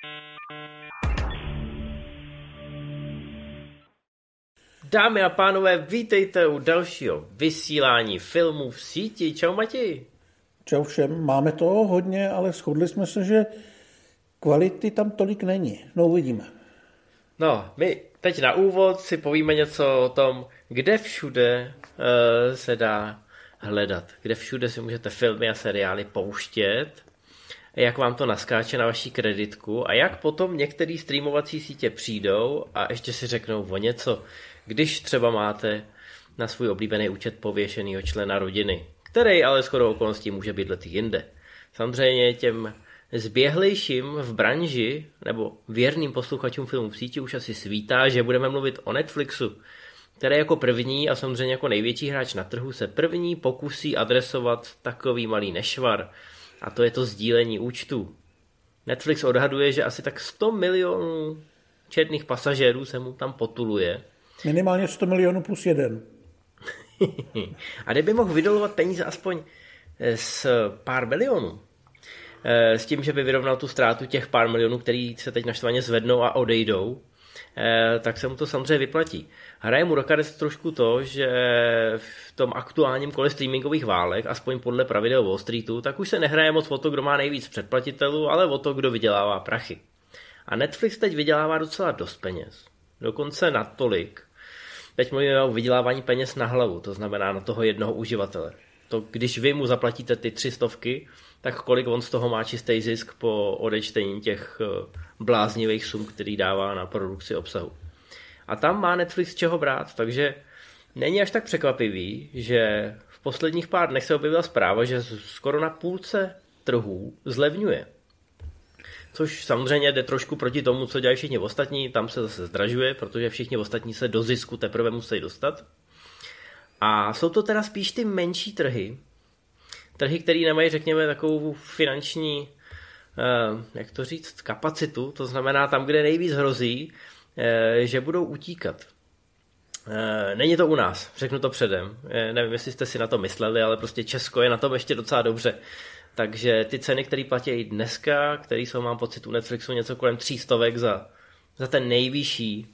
Dámy a pánové, vítejte u dalšího vysílání filmů v síti. Čau Matěj. Čau všem, máme toho hodně, ale shodli jsme se, že kvality tam tolik není. No uvidíme. No, my teď na úvod si povíme něco o tom, kde všude se dá hledat. Kde všude si můžete filmy a seriály pouštět, jak vám to naskáče na vaší kreditku a jak potom některé streamovací sítě přijdou a ještě si řeknou o něco, když třeba máte na svůj oblíbený účet pověšenýho člena rodiny, který ale shodou okolností může bydlet jinde. Samozřejmě těm zběhlejším v branži nebo věrným posluchačům filmů v síti už asi svítá, že budeme mluvit o Netflixu, který jako první a samozřejmě jako největší hráč na trhu se první pokusí adresovat takový malý nešvar, a to je to sdílení účtů. Netflix odhaduje, že asi tak 100 milionů černých pasažérů se mu tam potuluje. Minimálně 100 milionů plus jeden. A kdyby mohl vydolovat peníze aspoň z pár milionů, s tím, že by vyrovnal tu ztrátu těch pár milionů, který se teď naštvaně zvednou a odejdou, tak se mu to samozřejmě vyplatí. Hraje mu do karet trošku to, že v tom aktuálním kole streamingových válek, aspoň podle pravidel Wall Streetu, tak už se nehraje moc o to, kdo má nejvíc předplatitelů, ale o to, kdo vydělává prachy. A Netflix teď vydělává docela dost peněz. Dokonce natolik. Teď mluvíme o vydělávání peněz na hlavu, to znamená na toho jednoho uživatele. To, když vy mu zaplatíte ty 300, tak kolik on z toho má čistý zisk po odečtení těch bláznivých sum, který dává na produkci obsahu. A tam má Netflix čeho brát, takže není až tak překvapivý, že v posledních pár dnech se objevila zpráva, že skoro na půlce trhů zlevňuje. Což samozřejmě jde trošku proti tomu, co dělají všichni ostatní, tam se zase zdražuje, protože všichni ostatní se do zisku teprve musí dostat. A jsou to teda spíš ty menší trhy, které nemají, řekněme, takovou finanční, jak to říct, kapacitu, to znamená tam, kde nejvíc hrozí, že budou utíkat. Není to u nás, řeknu to předem. Nevím, jestli jste si na to mysleli, ale prostě Česko je na tom ještě docela dobře. Takže ty ceny, které platí dneska, které jsou, mám pocit, u Netflixu něco kolem 300 za ten nejvyšší,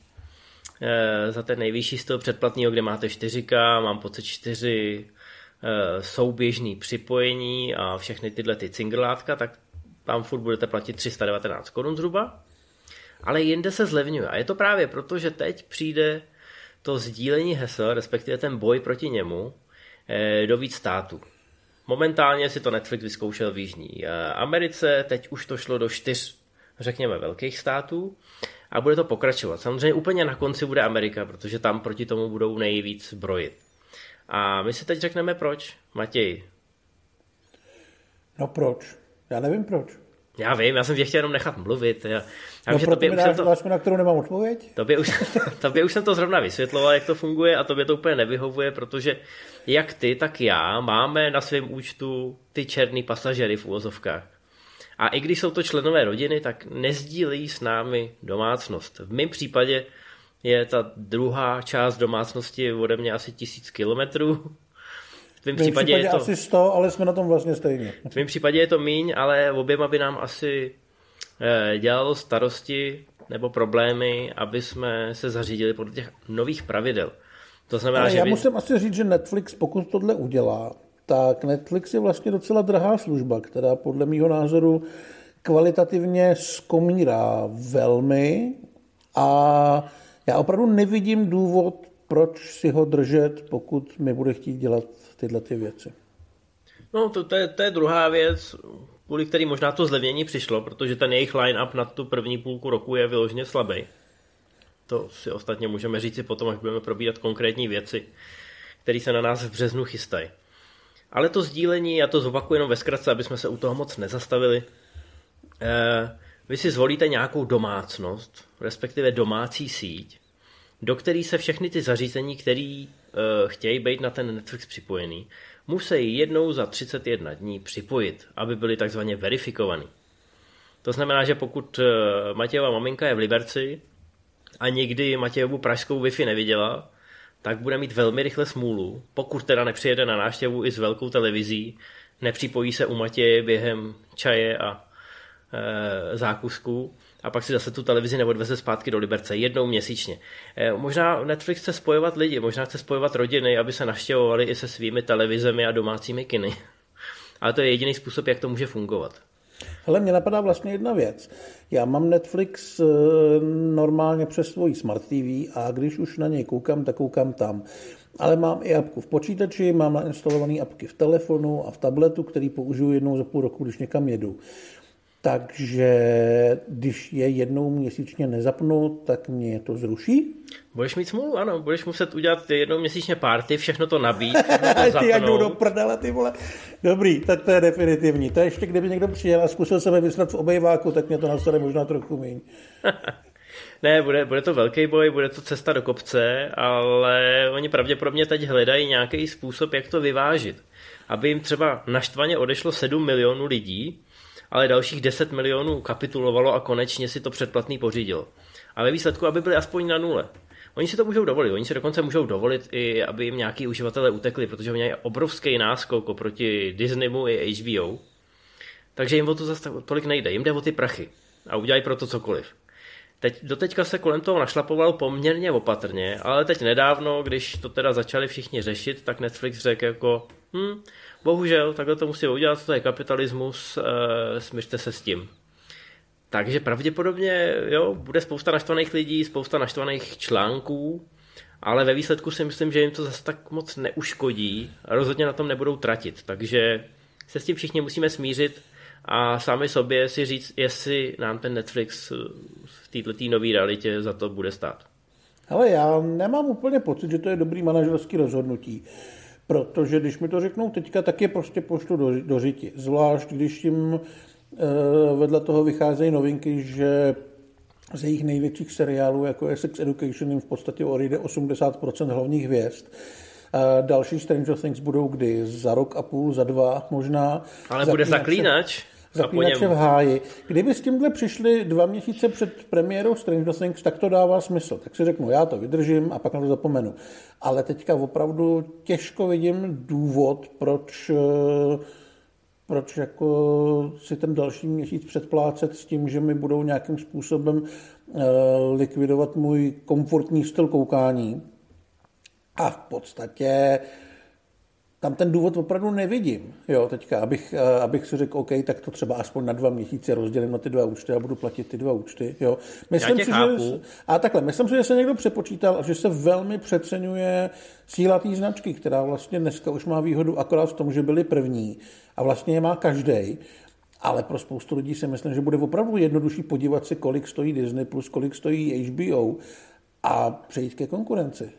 styl předplatného, kde máte 4K, mám pocit 4 souběžný připojení a všechny tyhle ty cingerlátka, tak tam furt budete platit 319 korun zhruba. Ale jinde se zlevňuje. A je to právě proto, že teď přijde to sdílení hesel, respektive ten boj proti němu, do víc států. Momentálně si to Netflix vyzkoušel v Jižní Americe, teď už to šlo do 4, řekněme, velkých států a bude to pokračovat. Samozřejmě úplně na konci bude Amerika, protože tam proti tomu budou nejvíc brojit. A my si teď řekneme proč, Matěj. No proč? Já nevím proč. Já vím, já jsem tě chtěl jenom nechat mluvit. No proto mi dáš otázku, na kterou nemám odpověď? Tobě už jsem to zrovna vysvětloval, jak to funguje a tobě to úplně nevyhovuje, protože jak ty, tak já máme na svém účtu ty černý pasažéry v uvozovkách. A i když jsou to členové rodiny, tak nezdílejí s námi domácnost. V mém případě je ta druhá část domácnosti ode mě asi 1000 kilometrů. V tvém případě je to asi 100, ale jsme na tom vlastně stejně. V tvém případě je to míň, ale oběma by nám asi dělalo starosti nebo problémy, aby jsme se zařídili podle těch nových pravidel. To znamená, ale že já musím asi říct, že Netflix, pokud tohle udělá, tak Netflix je vlastně docela drahá služba, která podle mýho názoru kvalitativně skomírá velmi a já opravdu nevidím důvod, proč si ho držet, pokud mi bude chtít dělat tyhle ty věci. No, to je druhá věc, kvůli který možná to zlevnění přišlo, protože ten jejich line-up na tu první půlku roku je vyloženě slabý. To si ostatně můžeme říct si potom, až budeme probírat konkrétní věci, které se na nás v březnu chystají. Ale to sdílení, já to zopakuju jenom ve zkratce, aby jsme se u toho moc nezastavili. Vy si zvolíte nějakou domácnost, respektive domácí síť, do který se všechny ty zařízení, které chtějí být na ten Netflix připojený, musí jednou za 31 dní připojit, aby byli takzvaně verifikovaný. To znamená, že pokud Matějova maminka je v Liberci a nikdy Matějovu pražskou Wi-Fi neviděla, tak bude mít velmi rychle smůlu, pokud teda nepřijede na návštěvu i s velkou televizí, nepřipojí se u Matěje během čaje a zákusků a pak si zase tu televizi neodveze zpátky do Liberce jednou měsíčně. Možná Netflix chce spojovat lidi, možná chce spojovat rodiny, aby se navštěvovali i se svými televizemi a domácími kiny. Ale to je jediný způsob, jak to může fungovat. Hele, mě napadá vlastně jedna věc. Já mám Netflix normálně přes svoji Smart TV a když už na něj koukám, tak koukám tam. Ale mám i apku v počítači, mám nainstalované apky v telefonu a v tabletu, který použiju jednou za půl roku, když někam jedu. Takže když je jednou měsíčně nezapnu, tak mě to zruší. Budeš mít smůlu, ano. Budeš muset udělat jednou měsíčně party, všechno to nabít, Ty jak jdou do prdele, ty vole. Dobrý, tak to je definitivní. To ještě kdyby někdo přijel a zkusil se mi vyslat v obejváku, tak mě to nastane možná trochu míň. Ne, bude to velký boj, bude to cesta do kopce, ale oni pravděpodobně teď hledají nějaký způsob, jak to vyvážit. Aby jim třeba naštvaně odešlo 7 milionů lidí, ale dalších 10 milionů kapitulovalo a konečně si to předplatný pořídilo. A ve výsledku, aby byli aspoň na nule. Oni si to můžou dovolit, oni si dokonce můžou dovolit i, aby jim nějaký uživatelé utekli, protože oni mají obrovský náskok oproti Disneymu i HBO. Takže jim o to zase tolik nejde, jim jde o ty prachy a udělají pro to cokoliv. Doteďka se kolem toho našlapovalo poměrně opatrně, ale teď nedávno, když to teda začali všichni řešit, tak Netflix řekl jako bohužel, takhle to musíme udělat, to je kapitalismus, smířte se s tím. Takže pravděpodobně bude spousta naštvaných lidí, spousta naštvaných článků, ale ve výsledku si myslím, že jim to zase tak moc neuškodí a rozhodně na tom nebudou tratit. Takže se s tím všichni musíme smířit a sami sobě si říct, jestli nám ten Netflix v této nové realitě za to bude stát. Ale já nemám úplně pocit, že to je dobrý manažerský rozhodnutí. Protože když mi to řeknou teďka, tak je prostě pošlu do řiti. Zvlášť, když jim vedle toho vycházejí novinky, že z jejich největších seriálů, jako je Sex Education, jim v podstatě odejde 80% hlavních hvězd. Další Stranger Things budou kdy? Za rok a půl, za 2 možná. Ale bude Zaklínač. Zaklínače v háji. Kdyby s tímhle přišli 2 měsíce před premiérou Stranger Things, tak to dává smysl. Tak si řeknu, já to vydržím a pak na to zapomenu. Ale teďka opravdu těžko vidím důvod, proč jako si ten další měsíc předplácet s tím, že mi budou nějakým způsobem likvidovat můj komfortní styl koukání. A v podstatě tam ten důvod opravdu nevidím. Jo, teďka, abych si řekl, OK, tak to třeba aspoň na 2 měsíce rozdělím na ty 2 účty a budu platit ty 2 účty. Jo. Myslím si, že se někdo přepočítal a že se velmi přeceňuje síla té značky, která vlastně dneska už má výhodu akorát v tom, že byli první a vlastně je má každej. Ale pro spoustu lidí si myslím, že bude opravdu jednodušší podívat se, kolik stojí Disney plus kolik stojí HBO a přejít ke konkurenci.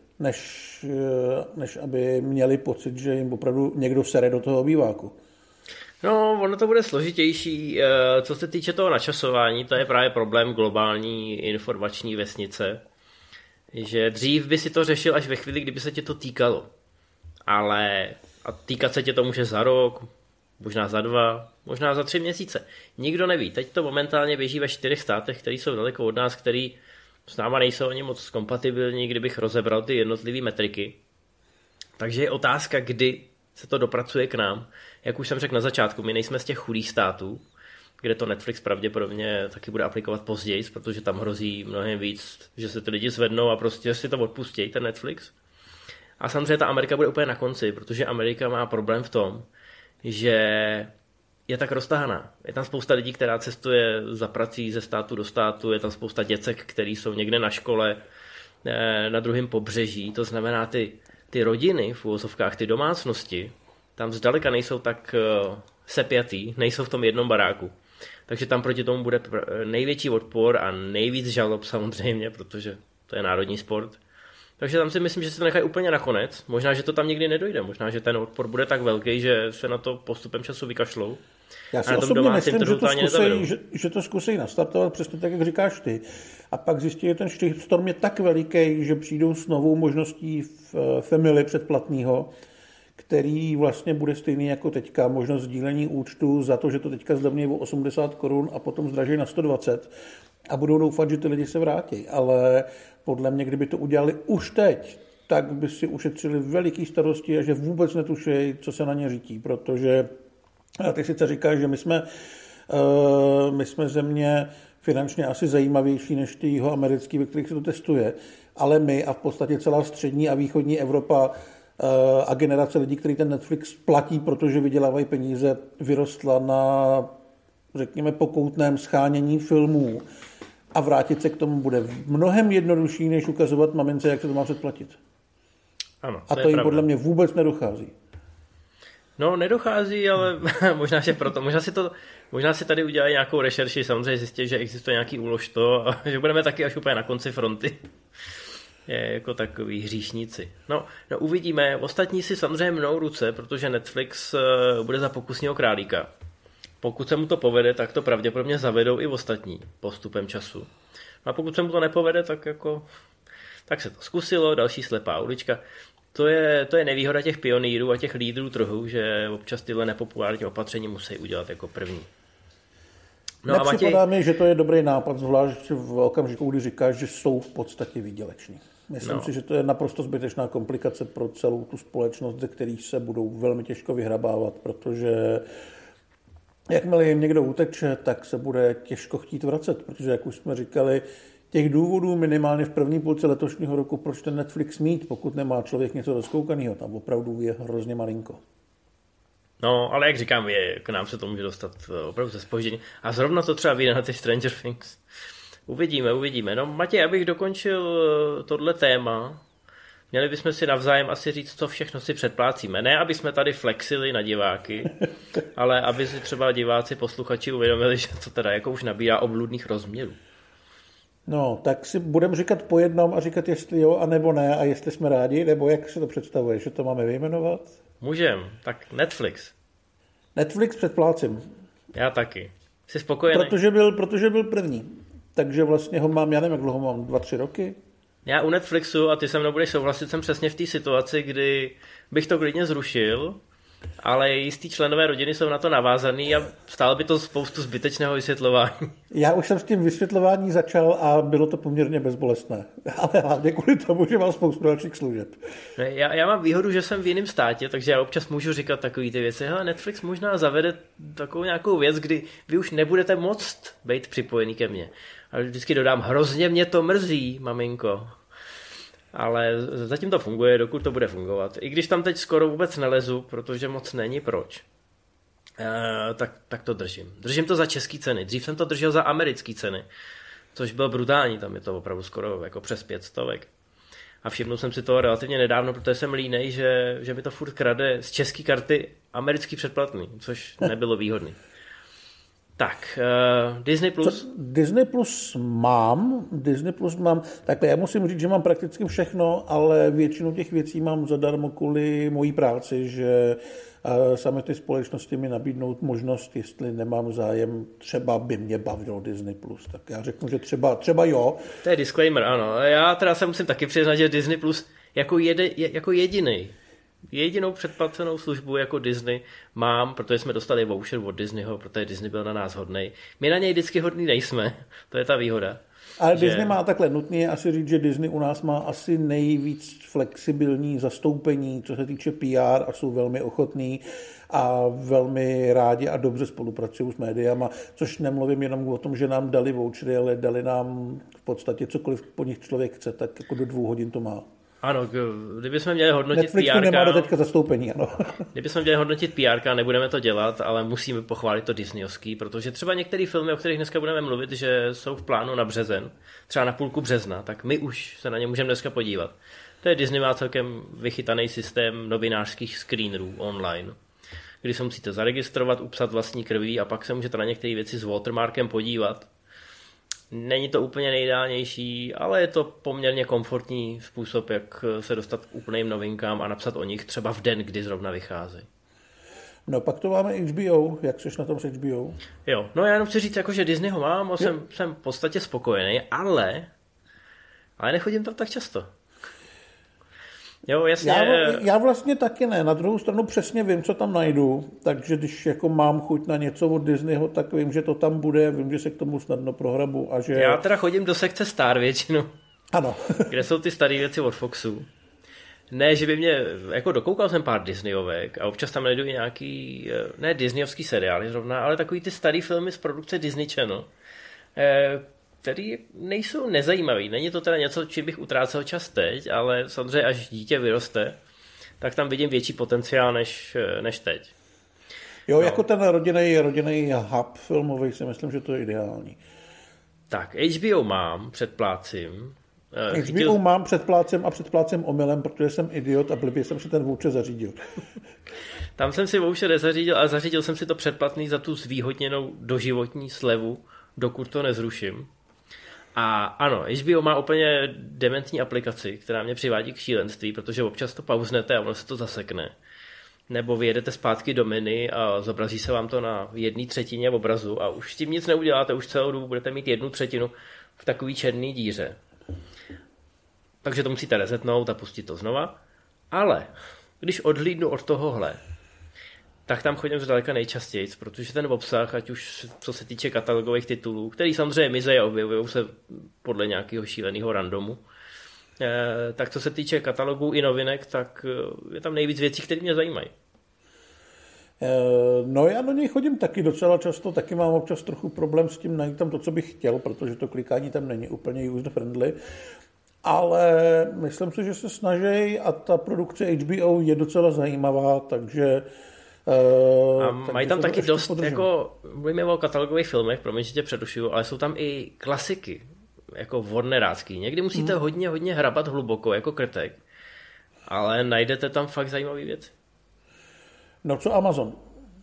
Než aby měli pocit, že jim opravdu někdo sere do toho obýváku. No, ono to bude složitější. Co se týče toho načasování, to je právě problém globální informační vesnice, že dřív by si to řešil až ve chvíli, kdyby se tě to týkalo. Ale a týkat se tě to může za rok, možná za 2, možná za 3 měsíce. Nikdo neví. Teď to momentálně běží ve 4 státech, které jsou daleko od nás, který s náma nejsou ani moc kompatibilní, kdybych rozebral ty jednotlivé metriky. Takže je otázka, kdy se to dopracuje k nám. Jak už jsem řekl na začátku, my nejsme z těch chudých států, kde to Netflix pravděpodobně taky bude aplikovat později, protože tam hrozí mnohem víc, že se ty lidi zvednou a prostě si to odpustí, ten Netflix. A samozřejmě ta Amerika bude úplně na konci, protože Amerika má problém v tom, že je tak roztahaná. Je tam spousta lidí, která cestuje za prací ze státu do státu, je tam spousta děcek, který jsou někde na škole, na druhém pobřeží, to znamená ty rodiny v uvozovkách, ty domácnosti, tam zdaleka nejsou tak sepjatý, nejsou v tom jednom baráku. Takže tam proti tomu bude největší odpor a nejvíc žalob samozřejmě, protože to je národní sport. Takže tam si myslím, že se to nechají úplně nakonec. Možná, že to tam nikdy nedojde. Možná, že ten odpor bude tak velký, že se na to postupem času vykašlou. Já si osobně myslím, že to zkusí nastartovat přesně tak, jak říkáš ty. A pak zjistí, že ten storm je tak veliký, že přijdou s novou možností Family předplatného, který vlastně bude stejný jako teďka. Možnost sdílení účtu za to, že to teďka zlevní o 80 korun a potom zdraží na 120. A budou doufat, že ty lidi se vrátí. Ale podle mě, kdyby to udělali už teď, tak by si ušetřili veliký starosti a že vůbec netušejí, co se na ně řítí, protože ty sice říkáš, že my jsme My jsme země finančně asi zajímavější než ty jihoamerický, ve kterých se to testuje, ale my a v podstatě celá střední a východní Evropa a generace lidí, kteří ten Netflix platí, protože vydělávají peníze, vyrostla na, řekněme, pokoutném schánění filmů a vrátit se k tomu bude mnohem jednodušší, než ukazovat mamince, jak se to má předplatit. Ano, a to jim podle mě vůbec nedochází. No, nedochází, ale možná, že proto, možná si tady udělají nějakou rešerši, samozřejmě zjistí, že existuje nějaký úložto a že budeme taky až úplně na konci fronty. Je jako takový hříšníci. No, uvidíme. Ostatní si samozřejmě mnou ruce, protože Netflix bude za pokusního králíka. Pokud se mu to povede, tak to pravděpodobně zavedou i ostatní postupem času. No a pokud se mu to nepovede, tak se to zkusilo, další slepá ulička. To je nevýhoda těch pionýrů a těch lídrů trhu, že občas tyhle nepopulární opatření musí udělat jako první. No nepřipadá mi, že to je dobrý nápad, zvlášť v okamžiku, kdy říkáš, že jsou v podstatě výděleční. Myslím si, že to je naprosto zbytečná komplikace pro celou tu společnost, ze kterých se budou velmi těžko vyhrabávat, protože jakmile jim někdo uteče, tak se bude těžko chtít vracet, protože, jak už jsme říkali, těch důvodů minimálně v první půlce letošního roku, proč ten Netflix mít, pokud nemá člověk něco rozkoukaného, tam opravdu je hrozně malinko. No, ale jak říkám, k nám se to může dostat opravdu se zpoždění. A zrovna to třeba vyjde na ty Stranger Things. Uvidíme. No, Matěj, abych dokončil tohle téma, měli bychom si navzájem asi říct, co všechno si předplácíme. Ne, aby jsme tady flexili na diváky, ale aby si třeba diváci, posluchači uvědomili, že to teda jako už nabírá obludných rozměrů. No, tak si budeme říkat po jednom a říkat, jestli jo, anebo ne, a jestli jsme rádi, nebo jak si to představuje, že to máme vyjmenovat? Můžem, tak Netflix. Netflix předplácím. Já taky. Jsi spokojený? Protože byl první. Takže vlastně ho mám, já nevím, jak dlouho mám, 2-3 roky. Já u Netflixu, a ty se mnou budeš souhlasit, jsem přesně v té situaci, kdy bych to klidně zrušil, ale jistý členové rodiny jsou na to navázaný a stálo by to spoustu zbytečného vysvětlování. Já už jsem s tím vysvětlování začal a bylo to poměrně bezbolestné. Ale hlavně kvůli tomu, že mám spoustu dalších služeb. Já mám výhodu, že jsem v jiném státě, takže já občas můžu říkat takové ty věci. Hele, Netflix možná zavede takovou nějakou věc, kdy vy už nebudete moct být připojený ke mně. Ale vždycky dodám, hrozně mě to mrzí, maminko. Ale zatím to funguje, dokud to bude fungovat. I když tam teď skoro vůbec nelezu, protože moc není proč. Tak to držím. Držím to za české ceny. Dřív jsem to držel za americké ceny, což bylo brutální. Tam je to opravdu skoro jako přes 500. A všimnul jsem si toho relativně nedávno, protože jsem línej, že mi to furt krade z české karty americký předplatný, což nebylo výhodný. Tak, Disney Plus. Disney Plus mám. Takhle já musím říct, že mám prakticky všechno, ale většinu těch věcí mám zadarmo kvůli mojí práci, že sami ty společnosti mi nabídnout možnost, jestli nemám zájem, třeba by mě bavilo Disney Plus. Tak já řeknu, že třeba jo. To je disclaimer, ano. Já teda se musím taky přiznat, že Disney Plus jako jedinou předplacenou službu jako Disney mám, protože jsme dostali voucher od Disneyho, protože Disney byl na nás hodnej. My na něj vždycky hodný nejsme, to je ta výhoda. Ale Disney má takhle, nutně asi říct, že Disney u nás má asi nejvíc flexibilní zastoupení, co se týče PR, a jsou velmi ochotní a velmi rádi a dobře spolupracují s médiama, což nemluvím jenom o tom, že nám dali vouchery, ale dali nám v podstatě cokoliv po nich člověk chce, tak jako do 2 hodin to má. Ano, kdybychom měli hodnotit Netflixu nemá do teďka zastoupení, ano. Kdybychom měli hodnotit PR, nebudeme to dělat, ale musíme pochválit to disneyovský, protože třeba některé filmy, o kterých dneska budeme mluvit, že jsou v plánu na březen, třeba na půlku března, tak my už se na ně můžeme dneska podívat. To je Disney má celkem vychytaný systém novinářských screenerů online, kdy se musíte zaregistrovat, upsat vlastní krví a pak se můžete na některé věci s watermarkem podívat. Není to úplně nejideálnější, ale je to poměrně komfortní způsob, jak se dostat k úplným novinkám a napsat o nich třeba v den, kdy zrovna vycházejí. No pak to máme HBO, jak jsi na tom s HBO? Jo, no já jenom chci říct, jako, že Disney ho mám, jsem v podstatě spokojený, ale nechodím tam tak často. Jo, jasně. Já vlastně taky ne. Na druhou stranu přesně vím, co tam najdu, takže když jako mám chuť na něco od Disneyho, tak vím, že to tam bude, vím, že se k tomu snadno prohrabu. A že... Já teda chodím do sekce Star většinou. Ano. Kde jsou ty staré věci od Foxu. Ne, že by mě, jako dokoukal jsem pár Disneyovek a občas tam najdu i nějaký, ne Disneyovský seriály zrovna, ale takový ty starý filmy z produkce Disney Channel, který nejsou nezajímavý. Není to teda něco, čím bych utrácel čas teď, ale samozřejmě až dítě vyroste, tak tam vidím větší potenciál než teď. Jo, no. Jako ten rodinný hub filmový si myslím, že to je ideální. Tak, HBO mám, předplácím. HBO mám, předplácím omylem, protože jsem idiot a blbě jsem si ten voucher zařídil. Tam jsem si voucher nezařídil, ale zařídil jsem si to předplatný za tu zvýhodněnou doživotní slevu, dokud to nezruším. A ano, HBO má úplně dementní aplikaci, která mě přivádí k šílenství, protože občas to pauznete a ono se to zasekne. Nebo vyjedete zpátky do menu a zobrazí se vám to na 1/3 obrazu a už s tím nic neuděláte, už celou dobu budete mít 1/3 v takový černý díře. Takže to musíte resetnout a pustit to znova. Ale když odhlídnu od tohohle, tak tam chodím zdaleka nejčastěji, protože ten obsah, ať už co se týče katalogových titulů, který samozřejmě mizejí a objevují se podle nějakého šíleného randomu, tak co se týče katalogů i novinek, tak je tam nejvíc věcí, které mě zajímají. No já do něj chodím taky docela často, taky mám občas trochu problém s tím najít tam to, co bych chtěl, protože to klikání tam není úplně user-friendly, ale myslím si, že se snaží a ta produkce HBO je docela zajímavá, takže... A mají tam taky dost, podržím. Jako mluvíme o katalogových filmech, promiň, že tě předušuju, ale jsou tam i klasiky, jako warnerácký. Někdy musíte hodně hrabat hluboko, jako krtek, ale najdete tam fakt zajímavý věc. No co Amazon?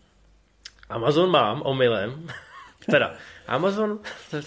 Amazon mám, omylem. Teda, Amazon,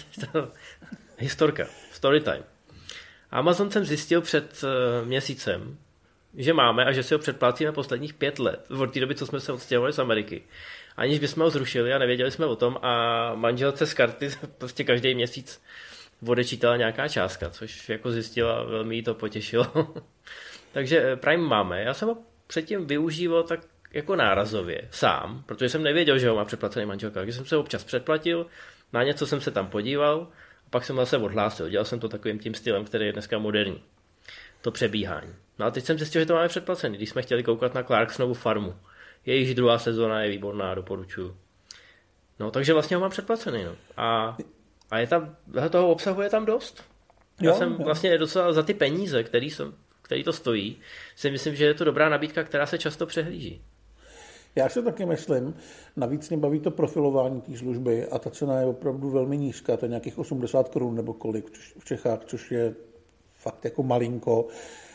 historka, storytime. Amazon jsem zjistil před měsícem, že máme a že si ho předplácíme posledních 5 let, od té doby, co jsme se odstěhovali z Ameriky. Aniž bychom ho zrušili a nevěděli jsme o tom a manželce z karty prostě každý měsíc odečítala nějaká částka, což jako zjistila, velmi jí to potěšilo. Takže Prime máme. Já jsem ho předtím využíval tak jako nárazově, sám, protože jsem nevěděl, že ho má předplacený manželka. Takže jsem se občas předplatil, na něco jsem se tam podíval a pak jsem zase odhlásil. Dělal jsem to takovým tím stylem, který je dneska moderní. To přebíhání. No a teď jsem zjistil, že to máme předplacený, když jsme chtěli koukat na Clarksonovu farmu. Jejíž druhá sezóna je výborná, doporučuju. No, takže vlastně ho mám předplacený, no. A je tam, toho obsahu je tam dost. Já jsem vlastně docela za ty peníze, který to stojí, si myslím, že je to dobrá nabídka, která se často přehlíží. Já si taky myslím, navíc mě baví to profilování té služby a ta cena je opravdu velmi nízká, to je nějakých 80 korun nebo kolik v Čechách, což je fakt jako malinko.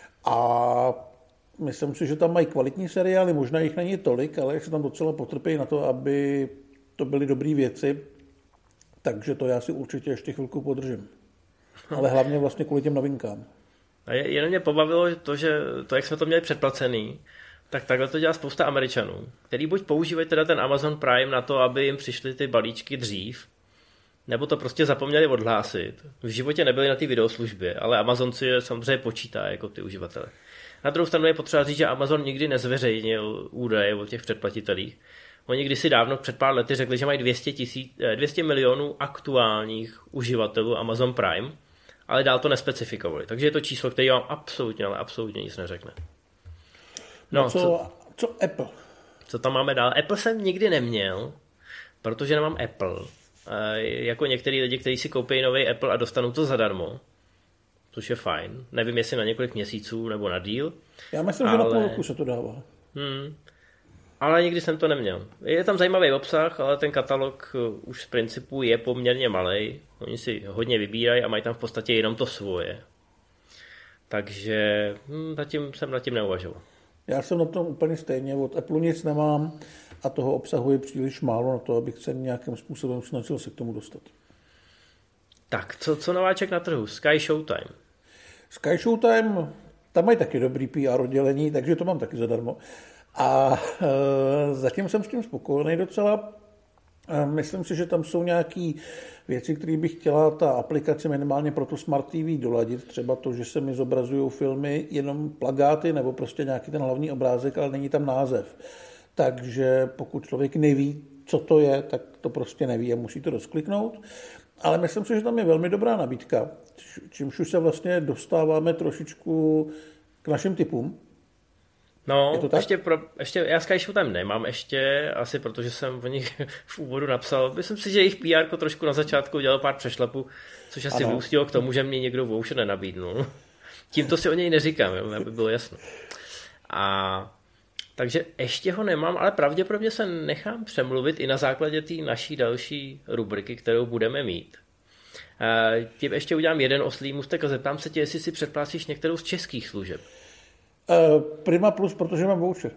A myslím si, že tam mají kvalitní seriály, možná jich není tolik, ale se tam docela potrpějí na to, aby to byly dobré věci, takže to já si určitě ještě chvilku podržím. Ale hlavně vlastně kvůli těm novinkám. A jenom mě pobavilo to, že to, jak jsme to měli předplacený, tak takhle to dělá spousta Američanů, který buď používají teda ten Amazon Prime na to, aby jim přišly ty balíčky dřív, nebo to prostě zapomněli odhlásit. V životě nebyli na té videoslužbě, ale Amazon si je samozřejmě počítá jako ty uživatele. Na druhou stranu je potřeba říct, že Amazon nikdy nezveřejnil údaje o těch předplatitelích. Oni kdysi dávno před pár lety řekli, že mají 200 milionů aktuálních uživatelů Amazon Prime, ale dál to nespecifikovali. Takže je to číslo, které vám absolutně, ale absolutně nic neřekne. No, co Apple? Co tam máme dál? Apple jsem nikdy neměl, protože nemám Apple. Jako některý lidi, kteří si koupí nový Apple a dostanou to zadarmo, což je fajn. Nevím, jestli na několik měsíců nebo na díl. Já myslím, že na půl roku se to dává. Ale nikdy jsem to neměl. Je tam zajímavý obsah, ale ten katalog už z principu je poměrně malej. Oni si hodně vybírají a mají tam v podstatě jenom to svoje. Takže jsem nad tím neuvažoval. Já jsem na tom úplně stejně. Od Apple nic nemám a toho obsahu je příliš málo na to, abych se nějakým způsobem snažil se k tomu dostat. Tak, co nováček na trhu? Sky Showtime. Sky Showtime, tam mají taky dobrý PR oddělení, takže to mám taky zadarmo. A zatím jsem s tím spokojený docela. Myslím si, že tam jsou nějaké věci, které bych chtěla ta aplikace minimálně pro to Smart TV doladit. Třeba to, že se mi zobrazují filmy jenom plagáty nebo prostě nějaký ten hlavní obrázek, ale není tam název. Takže pokud člověk neví, co to je, tak to prostě neví a musí to rozkliknout. Ale myslím si, že tam je velmi dobrá nabídka, čímž už se vlastně dostáváme trošičku k našim tipům. No, ještě já Sky Showtime nemám ještě, asi protože jsem o nich v úvodu napsal. Myslím si, že jejich PR trošku na začátku udělal pár přešlapů, což asi vyústilo k tomu, že mě někdo voucher nenabídnul. Tímto si o něj neříkám, jo, aby bylo jasno. Takže ještě ho nemám, ale pravděpodobně se nechám přemluvit i na základě té naší další rubriky, kterou budeme mít. Tím ještě udělám jeden oslý můstek a zeptám se tě, jestli si předplácíš některou z českých služeb. Prima Plus, protože mám voucher.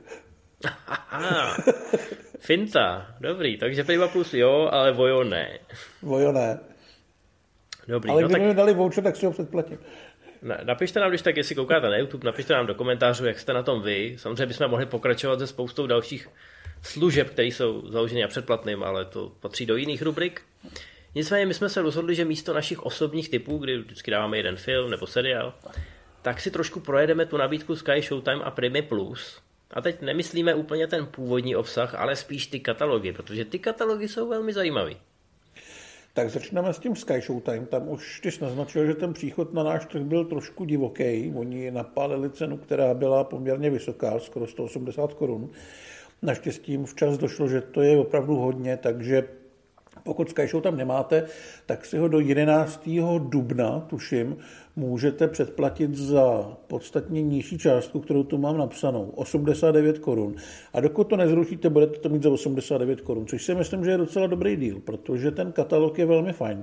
Finta, dobrý, takže Prima Plus jo, ale Vojo ne. Vojo ne. Dobrý, ale kdyby mi dali voucher, tak si ho předplatím. Napište nám, když tak, jestli koukáte na YouTube, napište nám do komentářů, jak jste na tom vy. Samozřejmě bychom mohli pokračovat se spoustou dalších služeb, které jsou založeny na předplatným, ale to patří do jiných rubrik. Nicméně my jsme se rozhodli, že místo našich osobních typů, kdy vždycky dáváme jeden film nebo seriál, tak si trošku projedeme tu nabídku Sky Showtime a Primy Plus. A teď nemyslíme úplně ten původní obsah, ale spíš ty katalogy, protože ty katalogy jsou velmi zajímavý. Tak začneme s tím Sky Showtime. Tam už ty jsi naznačil, že ten příchod na náš trh byl trošku divoký. Oni napálili cenu, která byla poměrně vysoká, skoro 180 korun. Naštěstí jim včas došlo, že to je opravdu hodně, takže pokud Sky Show tam nemáte, tak si ho do 11. dubna, tuším, můžete předplatit za podstatně nižší částku, kterou tu mám napsanou, 89 korun. A dokud to nezrušíte, budete to mít za 89 korun, což si myslím, že je docela dobrý deal, protože ten katalog je velmi fajn.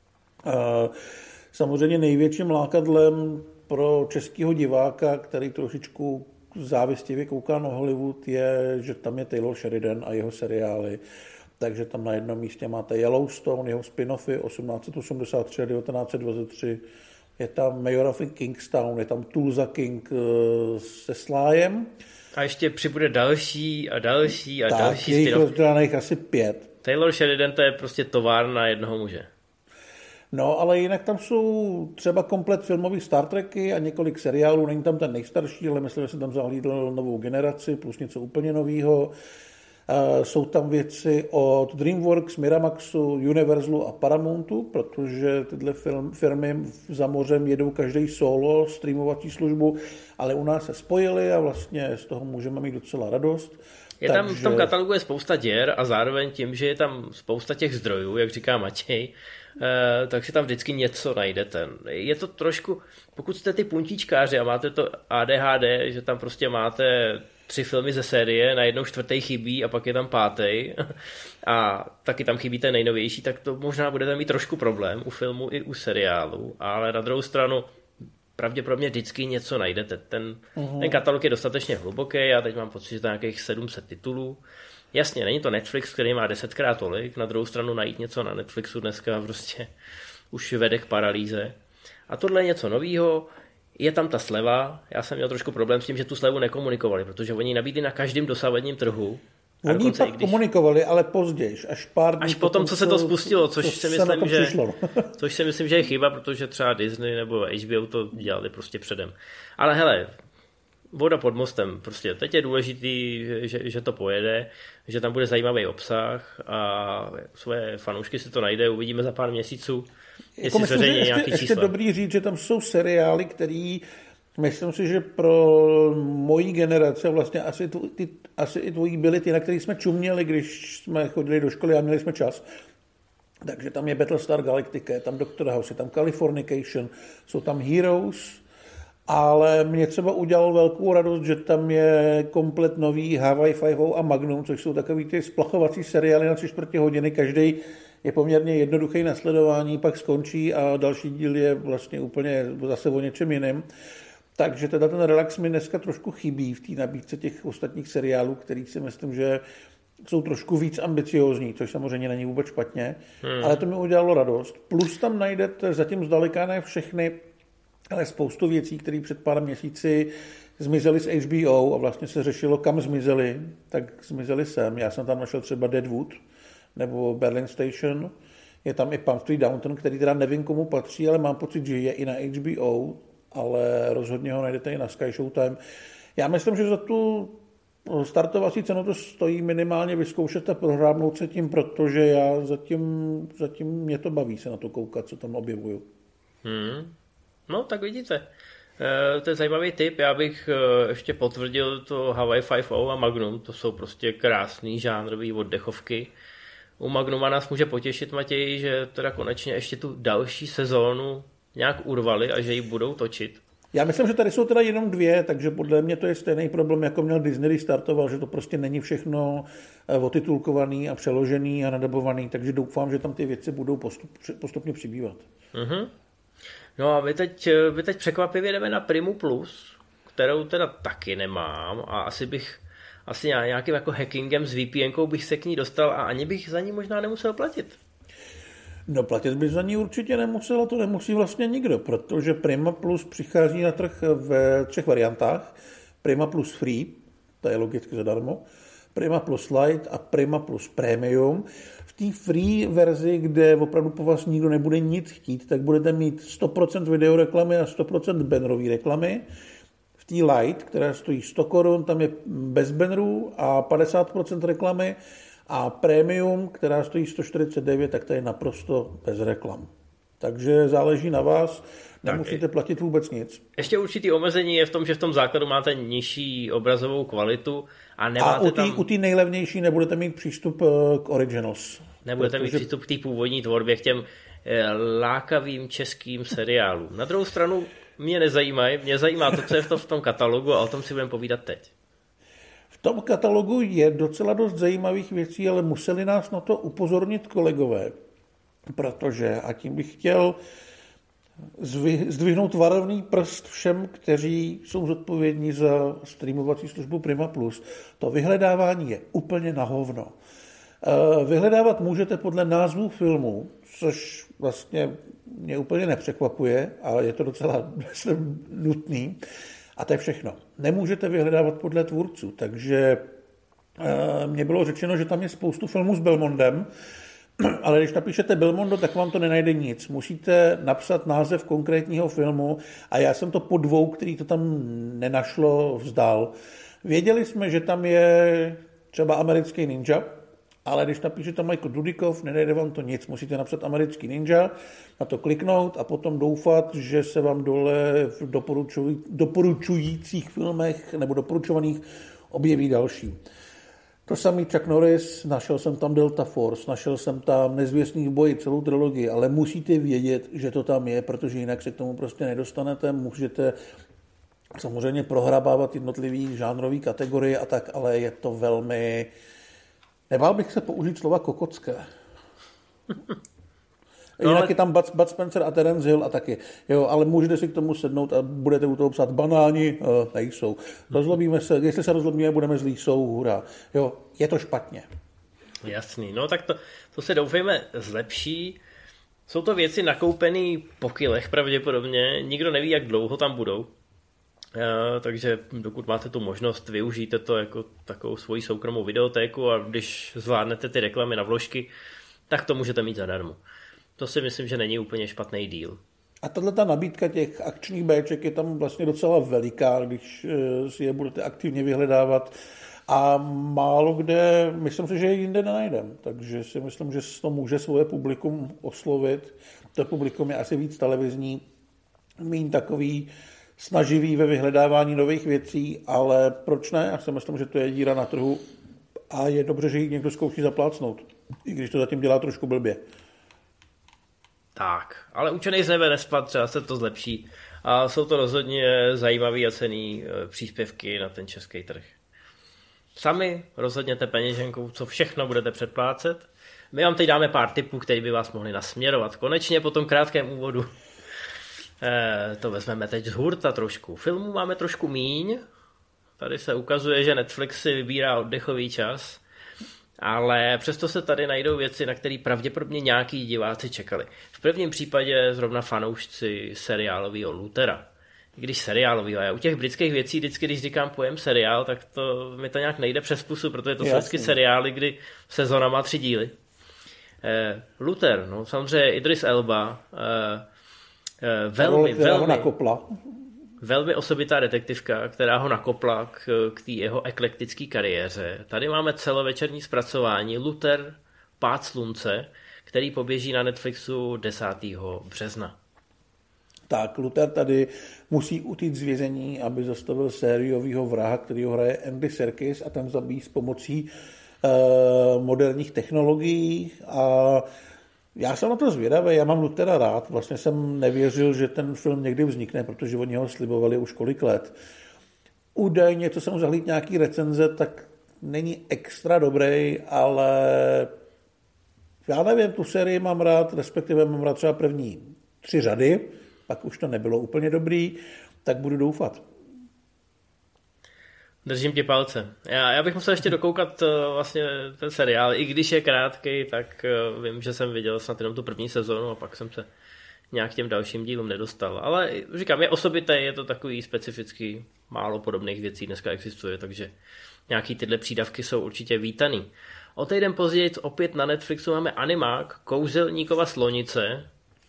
Samozřejmě největším lákadlem pro českého diváka, který trošičku závistivě kouká na Hollywood, je, že tam je Taylor Sheridan a jeho seriály. Takže tam na jednom místě máte Yellowstone, jeho spin-offy 1883 a 1923. Je tam Mayor of Kingstown, je tam Tulsa King se Slyem. A ještě přibude další a další a tak, další spin-off. Tak, je rozdělaných asi 5. Taylor Sheridan to je prostě továrna jednoho muže. No, ale jinak tam jsou třeba komplet filmový Star Treky a několik seriálů. Není tam ten nejstarší, ale myslím, že jsem tam zahlídl novou generaci plus něco úplně novýho. Jsou tam věci od DreamWorks, Miramaxu, Universalu a Paramountu, protože tyhle firmy za mořem jedou každý solo streamovací službu, ale u nás se spojili a vlastně z toho můžeme mít docela radost. Tam v tom katalogu je spousta děr a zároveň tím, že je tam spousta těch zdrojů, jak říká Matěj, tak si tam vždycky něco najdete. Je to trošku, pokud jste ty puntíčkáři a máte to ADHD, že tam prostě máte 3 filmy ze série, najednou 4. chybí a pak je tam 5. a taky tam chybí ten nejnovější, tak to možná budete mít trošku problém u filmu i u seriálu, ale na druhou stranu pravděpodobně vždycky něco najdete. Ten katalog je dostatečně hluboký, já teď mám pocit, že to je nějakých 700 titulů. Jasně, není to Netflix, který má 10krát tolik, na druhou stranu najít něco na Netflixu dneska prostě už vede k paralýze. A tohle je něco novýho. Je tam ta sleva, já jsem měl trošku problém s tím, že tu slevu nekomunikovali, protože oni nabídli na každém dosavadním trhu. Oni pak komunikovali, ale později, až potom, co se to spustilo, což si myslím, že je chyba, protože třeba Disney nebo HBO to dělali prostě předem. Ale hele, voda pod mostem, prostě teď je důležitý, že to pojede, že tam bude zajímavý obsah a své fanoušky si to najde, uvidíme za pár měsíců. Jako myslím, že ještě dobrý říct, že tam jsou seriály, který myslím si, že pro mojí generace vlastně asi i tvojí byly ty, na který jsme čuměli, když jsme chodili do školy a měli jsme čas. Takže tam je Battlestar Galactica, je tam Doctor House, je tam Californication, jsou tam Heroes, ale mě třeba udělal velkou radost, že tam je komplet nový Hawaii Five-O a Magnum, což jsou takový ty splachovací seriály na 3/4 hodiny, každý je poměrně jednoduchý na sledování, pak skončí a další díl je vlastně úplně zase o něčem jiném. Takže teda ten relax mi dneska trošku chybí v té nabídce těch ostatních seriálů, který si myslím, že jsou trošku víc ambiciózní, což samozřejmě není vůbec špatně, ale to mi udělalo radost. Plus tam najdete zatím zdaleka ne všechny, ale spoustu věcí, které před pár měsíci zmizely z HBO a vlastně se řešilo, kam zmizely, tak zmizely sem. Já jsem tam našel třeba Deadwood nebo Berlin Station. Je tam i Palm Street Downton, který teda nevím, komu patří, ale mám pocit, že je i na HBO, ale rozhodně ho najdete i na Sky Showtime. Já myslím, že za tu startovací cenu to stojí minimálně vyzkoušet a prohrábnout se tím, protože já zatím mě to baví se na to koukat, co tam objevuju. No, tak vidíte. To je zajímavý tip, já bych ještě potvrdil to Hawaii 5.0 a Magnum, to jsou prostě krásný žánrový oddechovky. U Magnuma nás může potěšit, Matěj, že teda konečně ještě tu další sezónu nějak urvali a že ji budou točit. Já myslím, že tady jsou teda jenom 2, takže podle mě to je stejný problém, jako měl Disney, když startoval, že to prostě není všechno otitulkovaný a přeložený a nadabovaný, takže doufám, že tam ty věci budou postupně přibývat. Mm-hmm. No a my teď překvapivě jdeme na Primu Plus, kterou teda taky nemám a asi nějakým jako hackingem s VPNkou bych se k ní dostal a ani bych za ní možná nemusel platit. No platit by za ní určitě nemusel, a to nemusí vlastně nikdo, protože Prima Plus přichází na trh ve 3 variantách. Prima Plus Free, to je logicky zadarmo, Prima Plus Lite a Prima Plus Premium. V té free verzi, kde opravdu po vás nikdo nebude nic chtít, tak budete mít 100% videoreklamy a 100% bannerové reklamy. V té Lite, která stojí 100 korun, tam je bez bannerů a 50% reklamy. A Premium, která stojí 149, tak to je naprosto bez reklam. Takže záleží na vás, nemusíte platit vůbec nic. Ještě určitý omezení je v tom, že v tom základu máte nižší obrazovou kvalitu a nemáte u té nejlevnější nebudete mít přístup k Originals. Nebudete mít přístup k té původní tvorbě, k těm lákavým českým seriálům. Na druhou stranu mě nezajímají, mě zajímá to, co je v tom katalogu a o tom si budeme povídat teď. V tom katalogu je docela dost zajímavých věcí, ale museli nás na to upozornit kolegové, protože, a tím bych chtěl zdvihnout varovný prst všem, kteří jsou zodpovědní za streamovací službu Prima Plus, to vyhledávání je úplně na hovno. Vyhledávat můžete podle názvu filmu, což vlastně mě úplně nepřekvapuje, ale je to docela nutný. A to je všechno. Nemůžete vyhledávat podle tvůrců, takže mně bylo řečeno, že tam je spoustu filmů s Belmondem, ale když napíšete Belmondo, tak vám to nenajde nic. Musíte napsat název konkrétního filmu a já jsem to po 2, který to tam nenašlo, vzdal. Věděli jsme, že tam je třeba Americký ninja, ale když napíšete Michael Dudikoff, nenajde vám to nic. Musíte napsat Americký ninja, na to kliknout a potom doufat, že se vám dole v doporučujících filmech nebo doporučovaných objeví další. To samý Chuck Norris, našel jsem tam Delta Force, našel jsem tam Nezvěstný v boji, celou trilogii, ale musíte vědět, že to tam je, protože jinak se k tomu prostě nedostanete. Můžete samozřejmě prohrabávat jednotlivý žánrový kategorie a tak, ale je to velmi... Nebál bych se použít slova kokocké. Jinak je tam Bud Spencer a Terence Hill a taky. Jo, ale můžete si k tomu sednout a budete u toho psát banáni, nejsou. Rozlobíme se, jestli se rozlobíme, budeme zlí, jsou, hurá. Jo, je to špatně. Jasný, no tak to se doufejme zlepší. Jsou to věci nakoupené po kilech pravděpodobně, nikdo neví, jak dlouho tam budou. Takže dokud máte tu možnost, využijte to jako takovou svoji soukromou videotéku a když zvládnete ty reklamy na vložky, tak to můžete mít zadarmo. To si myslím, že není úplně špatný deal. A tato nabídka těch akčních Bček je tam vlastně docela veliká, když si je budete aktivně vyhledávat a málo kde, myslím si, že je jinde nenajdem. Takže si myslím, že to může svoje publikum oslovit. To publikum je asi víc televizní, míň takový snaživý ve vyhledávání nových věcí, ale proč ne? Já si myslím, že to je díra na trhu a je dobře, že ji někdo zkouší zaplácnout, i když to zatím dělá trošku blbě. Tak, ale učenej z nebe nespad, třeba se to zlepší a jsou to rozhodně zajímavý a cenný příspěvky na ten český trh. Sami rozhodněte peněženkou, co všechno budete předplácet. My vám teď dáme pár tipů, které by vás mohli nasměrovat. Konečně po tom krátkém úvodu to vezmeme teď z hurta trošku. Filmů máme trošku míň. Tady se ukazuje, že Netflix si vybírá oddechový čas, ale přesto se tady najdou věci, na které pravděpodobně nějaký diváci čekali. V prvním případě zrovna fanoušci seriálového Luthera. I když seriálového. Já u těch britských věcí vždycky, když říkám pojem seriál, tak to mi to nějak nejde přes pusu, protože to jsou vždycky seriály, kdy sezona má 3 díly. Luther, no samozřejmě Idris Elba, velmi osobitá detektivka, která ho nakopla k té jeho eklektické kariéře. Tady máme celovečerní zpracování Luther, Pád slunce, který poběží na Netflixu 10. března. tak Luther tady musí utíct z vězení, aby zastavil sériového vraha, který ho hraje Andy Serkis a ten zabíjí s pomocí moderních technologií a já jsem na to zvědavý, já mám Luthera rád, vlastně jsem nevěřil, že ten film někdy vznikne, protože oni ho slibovali už kolik let. Údajně, co jsem zahlídl nějaký recenze, tak není extra dobrý, ale já nevím, tu sérii mám rád, respektive mám rád třeba první 3 řady, pak už to nebylo úplně dobrý, tak budu doufat. Držím ti palce. Já bych musel ještě dokoukat vlastně ten seriál, i když je krátkej, tak vím, že jsem viděl snad jenom tu první sezonu a pak jsem se nějak těm dalším dílům nedostal. Ale říkám, je osobité, je to takový specifický, málo podobných věcí dneska existuje, takže nějaký tyhle přídavky jsou určitě vítaný. O týden později opět na Netflixu máme animák Kouzelníkova slonice.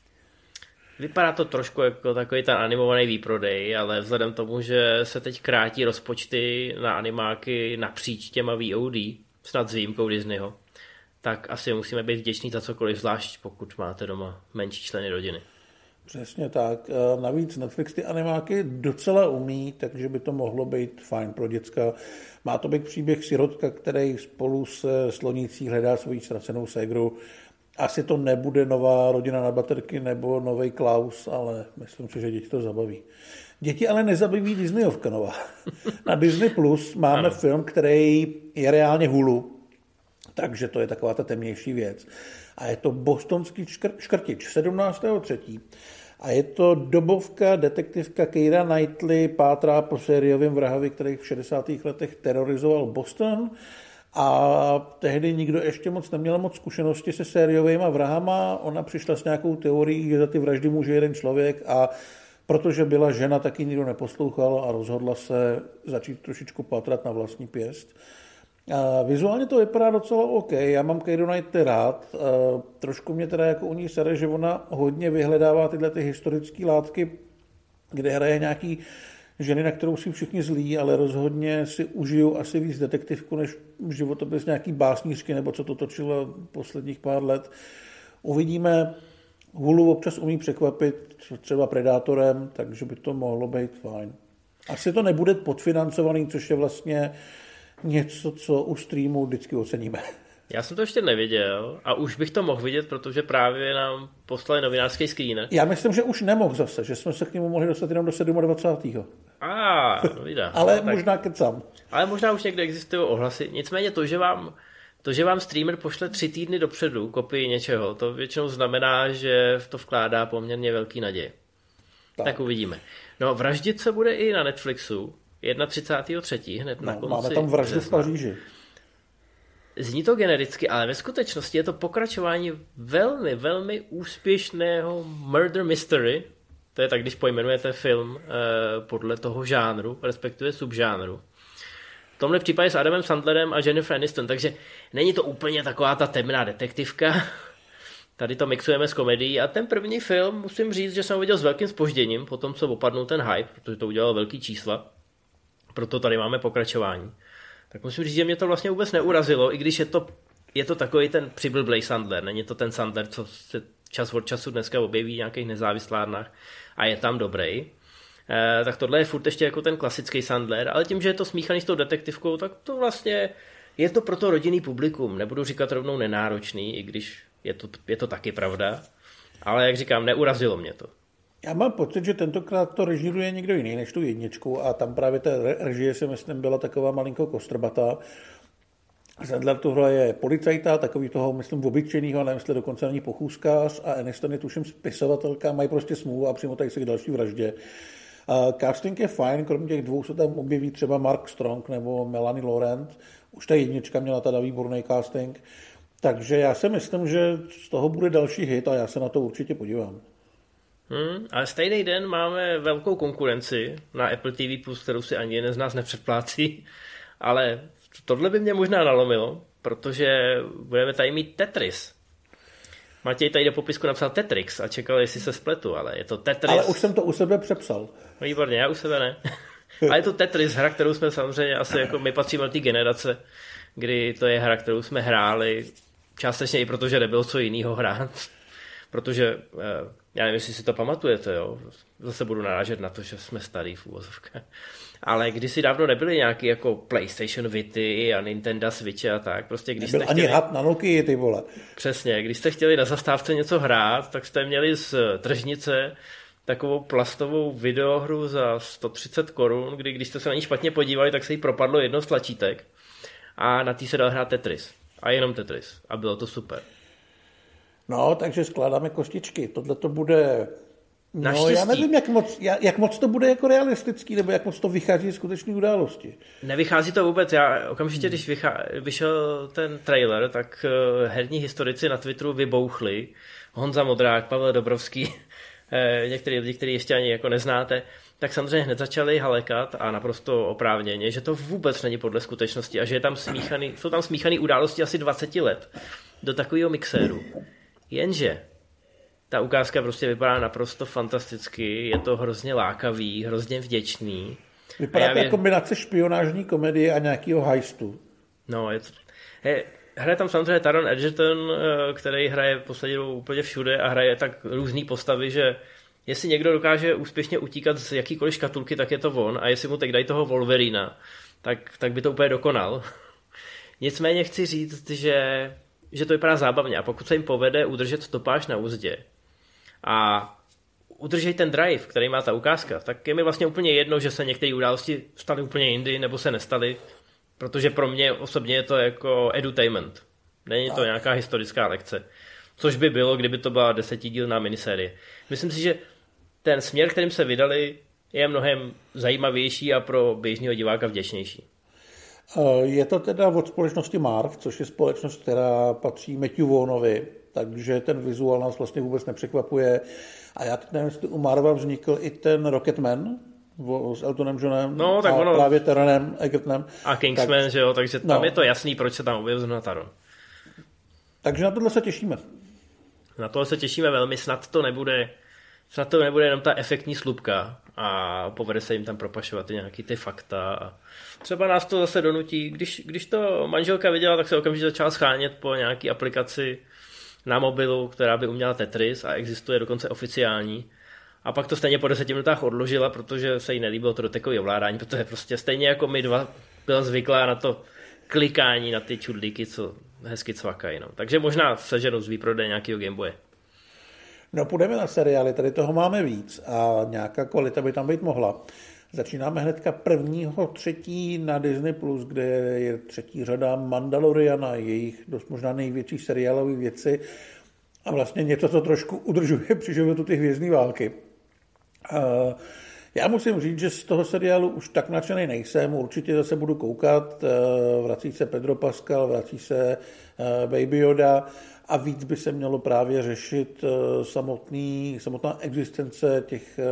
Vypadá to trošku jako takový ten animovaný výprodej, ale vzhledem tomu, že se teď krátí rozpočty na animáky napříč těma VOD, snad s výjimkou Disneyho, tak asi musíme být vděční za cokoliv, zvlášť pokud máte doma menší členy rodiny. Přesně tak. Navíc Netflix ty animáky docela umí, takže by to mohlo být fajn pro děcka. Má to být příběh sirotka, který spolu se slonící hledá svoji ztracenou ségru. Asi to nebude nová Rodina na baterky nebo nový Klaus, ale myslím si, že děti to zabaví. Děti ale nezabaví Disneyovka nová. Na Disney Plus máme film, který je reálně Hulu, takže to je taková ta temnější věc. A je to Bostonský škrtič 17.3. A je to dobovka, detektivka Keira Knightley pátrá po sériovém vrahovi, který v 60. letech terorizoval Boston. A tehdy nikdo ještě moc neměl moc zkušenosti se sériovými vrahama. Ona přišla s nějakou teorií, že za ty vraždy může jeden člověk a protože byla žena, taky nikdo neposlouchal a rozhodla se začít trošičku pátrat na vlastní pěst. Vizuálně to vypadá docela OK. Já mám Keiru Knightley rád. Trošku mě teda jako u ní sere, že ona hodně vyhledává tyhle ty historické látky, kde hraje nějaký ženy, na kterou si všichni zlí, ale rozhodně si užiju asi víc detektivku, než životopis nějaký básnířky, nebo co to točilo posledních pár let. Uvidíme. Hulu občas umí překvapit, třeba Predátorem, takže by to mohlo být fajn. Asi to nebude podfinancovaný, což je vlastně něco, co u streamu vždycky oceníme. Já jsem to ještě neviděl a už bych to mohl vidět, protože právě nám poslali novinářský screener. Já myslím, že už nemohl zase, že jsme se k němu mohli dostat jenom do 27. Vidá. Ale tak. Možná kecám. Ale možná už někde existují ohlasy. Nicméně to, že vám streamer pošle 3 týdny dopředu kopii něčeho, to většinou znamená, že to vkládá poměrně velký naděje. Tak uvidíme. No, vraždit se bude i na Netflixu 31.3. hned na konci. Máme tam vraždu března. v Paříži. Zní to genericky, ale ve skutečnosti je to pokračování velmi, velmi úspěšného murder mystery. To je tak, když pojmenujete film podle toho žánru, respektive subžánru. V tomhle případě s Adamem Sandlerem a Jennifer Aniston, takže není to úplně taková ta temná detektivka. Tady to mixujeme s komedií a ten první film, musím říct, že jsem ho viděl s velkým zpožděním, potom co opadnul ten hype, protože to udělalo velký čísla. Proto tady máme pokračování. Tak musím říct, že mě to vlastně vůbec neurazilo, i když je to takový ten přiblblej Sandler. Není to ten Sandler, co se čas od času dneska objeví v nějakých nezávislárnách a je tam dobrý. Tak tohle je furt ještě jako ten klasický Sandler, ale tím, že je to smíchaný s tou detektivkou, tak to vlastně je to pro to rodinný publikum. Nebudu říkat rovnou nenáročný, i když je to taky pravda. Ale jak říkám, neurazilo mě to. Já mám pocit, že tentokrát to režíruje někdo jiný než tu jedničku a tam právě ta režie si myslím byla taková malinko kostrbatá. Sandler tu hraje policajta, takový toho, myslím, obyčejnýho, nevím, jestli dokonce není pochůzkář a Aniston je tuším spisovatelka, mají prostě smůlu a přimotají se k další vraždě. Casting je fajn, kromě těch dvou se tam objeví třeba Mark Strong nebo Melanie Laurent. Už ta jednička měla teda výborný casting. Takže já si myslím, že z toho bude další hit a já se na to určitě podívám. Ale stejný den máme velkou konkurenci na Apple TV+, kterou si ani jeden z nás nepředplácí, ale tohle by mě možná nalomilo, protože budeme tady mít Tetris. Matěj tady do popisku napsal Tetrix a čekal, jestli se spletu, ale je to Tetris. Ale už jsem to u sebe přepsal. Výborně, já u sebe ne. Ale je to Tetris, hra, kterou jsme samozřejmě asi jako my patříme do té generace, kdy to je hra, kterou jsme hráli částečně i protože nebylo co jiného hrát. protože já nevím, jestli si to pamatujete, jo? Zase budu narážet na to, že jsme starý v úvozovkách. Ale kdysi dávno nebyly nějaký jako PlayStation Vity a Nintendo Switche a tak. Prostě když nebyl ani had na Nokii, ty vole. Přesně, když jste chtěli na zastávce něco hrát, tak jste měli z tržnice takovou plastovou videohru za 130 korun, kdy když jste se na ní špatně podívali, tak se jí propadlo jedno z tlačítek a na tý se dal hrát Tetris. A jenom Tetris. A bylo to super. No, takže skládáme kostičky. Tohle to bude... No, naštěstí. Já nevím, jak moc to bude jako realistický, nebo jak moc to vychází z skutečné události. Nevychází to vůbec. Já okamžitě, když vyšel ten trailer, tak herní historici na Twitteru vybouchli. Honza Modrák, Pavel Dobrovský, některý lidi, který ještě ani jako neznáte, tak samozřejmě hned začali halekat a naprosto oprávněně, že to vůbec není podle skutečnosti a že jsou tam smíchaný události asi 20 let do takového mixéru. Jenže ta ukázka prostě vypadá naprosto fantasticky, je to hrozně lákavý, hrozně vděčný. Vypadá to jako kombinace špionážní komedie a nějakého heistu. No, hraje tam samozřejmě Taron Egerton, který hraje poslední dobou úplně všude a hraje tak různý postavy, že jestli někdo dokáže úspěšně utíkat z jakýkoliv škatulky, tak je to on a jestli mu teď dají toho Wolverina, tak by to úplně dokonal. Nicméně chci říct, že to vypadá zábavně a pokud se jim povede udržet stopáž na uzdě a udržej ten drive, který má ta ukázka, tak je mi vlastně úplně jedno, že se některé události staly úplně jindy nebo se nestaly, protože pro mě osobně je to jako edutainment. Není to nějaká historická lekce. Což by bylo, kdyby to byla 10dílná minisérie. Myslím si, že ten směr, kterým se vydali, je mnohem zajímavější a pro běžného diváka vděčnější. Je to teda od společnosti Marv, což je společnost, která patří Matthew Vaughanovi, takže ten vizuál nás vlastně vůbec nepřekvapuje. A já teď nevím, jestli u Marva vznikl i ten Rocketman s Eltonem Johnem právě Taronem Egertonem. A Kingsman, že jo, takže tam je to jasný, proč se tam objevil zrovna Taron. Takže na tohle se těšíme. Na tohle se těšíme velmi, snad to nebude jenom ta efektní slupka a povede se jim tam propašovat i nějaký ty fakta. A třeba nás to zase donutí, když to manželka viděla, tak se okamžitě začala schánět po nějaký aplikaci na mobilu, která by uměla Tetris a existuje dokonce oficiální. A pak to stejně po 10 minutách odložila, protože se jí nelíbilo to dotekové ovládání, protože prostě stejně jako my dva byla zvyklá na to klikání na ty čudlíky, co hezky cvakají. No. Takže možná seženu z výprodeje nějakého Gameboye. No půjdeme na seriály, tady toho máme víc a nějaká kvalita by tam být mohla. Začínáme hnedka 1.3. na Disney+, kde je 3. řada Mandaloriana, jejich dost možná největší seriálové věci a vlastně něco, co trošku udržuje při životu ty hvězdné války. Já musím říct, že z toho seriálu už tak nadšený nejsem, určitě zase budu koukat, vrací se Pedro Pascal, vrací se Baby Yoda a víc by se mělo právě řešit samotná existence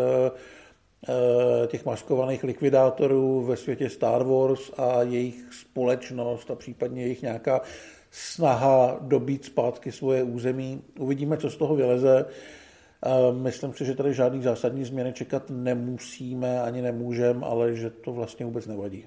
těch maskovaných likvidátorů ve světě Star Wars a jejich společnost a případně jejich nějaká snaha dobít zpátky svoje území. Uvidíme, co z toho vyleze. Myslím si, že tady žádný zásadní změny čekat nemusíme ani nemůžeme, ale že to vlastně vůbec nevadí.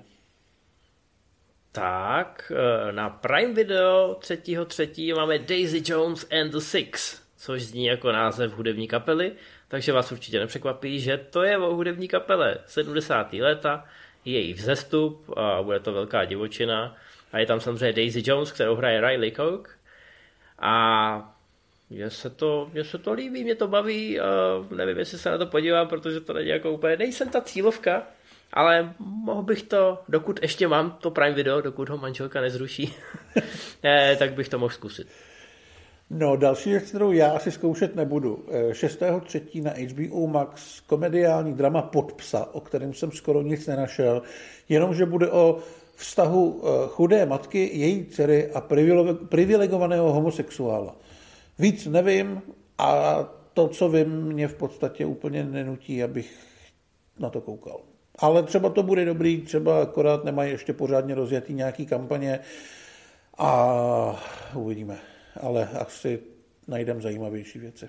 Tak, na Prime Video 3.3. máme Daisy Jones and the Six, což zní jako název hudební kapely, takže vás určitě nepřekvapí, že to je o hudební kapele 70. léta, její vzestup a bude to velká divočina a je tam samozřejmě Daisy Jones, kterou hraje Riley Cook a mně se to líbí, mě to baví, nevím, jestli se na to podívám, protože to není jako úplně, nejsem ta cílovka, ale mohl bych to, dokud ještě mám to Prime Video, dokud ho manželka nezruší, tak bych to mohl zkusit. No, další věc, kterou já asi zkoušet nebudu. 6.3. na HBO Max komediální drama Pod psa, o kterém jsem skoro nic nenašel, jenomže bude o vztahu chudé matky, její dcery a privilegovaného homosexuála. Víc nevím a to, co vím, mě v podstatě úplně nenutí, abych na to koukal. Ale třeba to bude dobrý, třeba akorát nemají ještě pořádně rozjetý nějaký kampaně a uvidíme. Ale asi najdem zajímavější věci.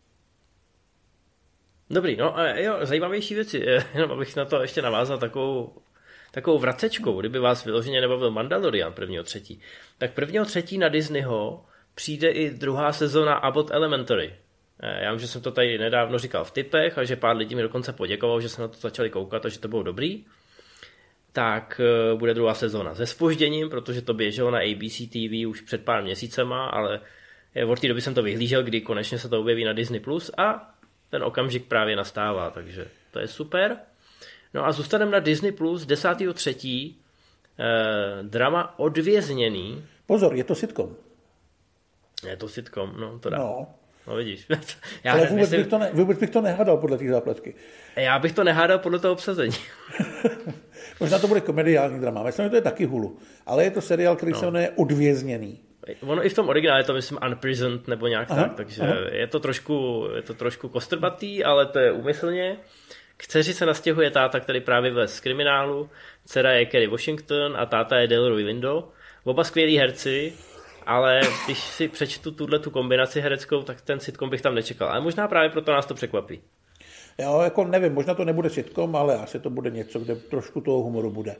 Dobrý, no jo, zajímavější věci. Jenom abych na to ještě navázal takovou vracečkou, kdyby vás vyloženě nebavil Mandalorian 1.3. Tak 1.3. na Disneyho přijde i druhá sezona Abbott Elementary. Já vím, že jsem to tady nedávno říkal v tipech a že pár lidí mi dokonce poděkoval, že se na to začali koukat a že to bylo dobrý. Tak bude druhá sezóna se zpožděním, protože to běželo na ABC TV už před pár měsícema, ale od té doby jsem to vyhlížel, kdy konečně se to objeví na Disney+, a ten okamžik právě nastává, takže to je super. No a zůstaneme na Disney+, 10.3. Drama Odvězněný. Pozor, je to sitcom. Je to sitcom, no to dá. No vidíš. Ale vůbec bych to nehádal podle té zápletky. Já bych to nehádal podle toho obsazení. Možná to bude komediální drama. Myslím, že to je taky Hulu. Ale je to seriál, který se jmenuje Odvězněný. Ono i v tom originále je to, myslím, Unprisoned nebo nějak tak, takže je to trošku kostrbatý, ale to je úmyslně. K dceři se nastěhuje táta, který právě vlez z kriminálu, dcera je Kerry Washington a táta je Delroy Lindo. Oba skvělí herci, ale když si přečtu tu kombinaci hereckou, tak ten sitcom bych tam nečekal. Ale možná právě proto nás to překvapí. Já jako nevím, možná to nebude sitcom, ale asi to bude něco, kde trošku toho humoru bude.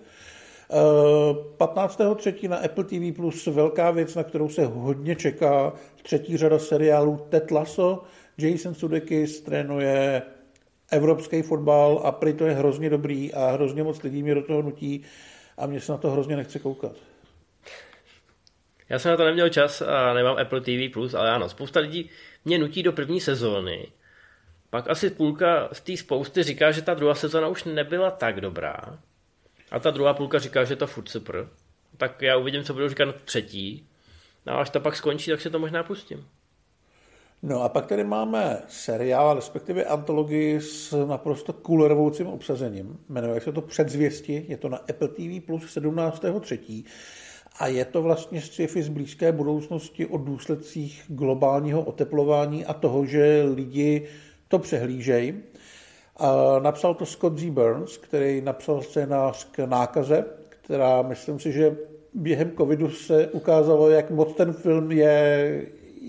15.3. na Apple TV Plus velká věc, na kterou se hodně čeká. 3. řada seriálu Ted Lasso. Jason Sudeikis trénuje evropský fotbal a prý to je hrozně dobrý a hrozně moc lidí mě do toho nutí a mě se na to hrozně nechce koukat. Já jsem na to neměl čas a nemám Apple TV+, ale ano, spousta lidí mě nutí do první sezóny. Pak asi půlka z té spousty říká, že ta druhá sezóna už nebyla tak dobrá. A ta druhá půlka říká, že to furt super. Tak já uvidím, co budu říkat na třetí. No a až to pak skončí, tak se to možná pustím. No a pak tady máme seriál, respektive antologii s naprosto coolerovoucím obsazením. Jmenuje se to Předzvěsti, je to na Apple TV Plus 17.3. A je to vlastně sci-fi z blízké budoucnosti o důsledcích globálního oteplování a toho, že lidi to přehlížejí. A napsal to Scott Z. Burns, který napsal scénář k Nákaze, která myslím si, že během covidu se ukázalo, jak moc ten film je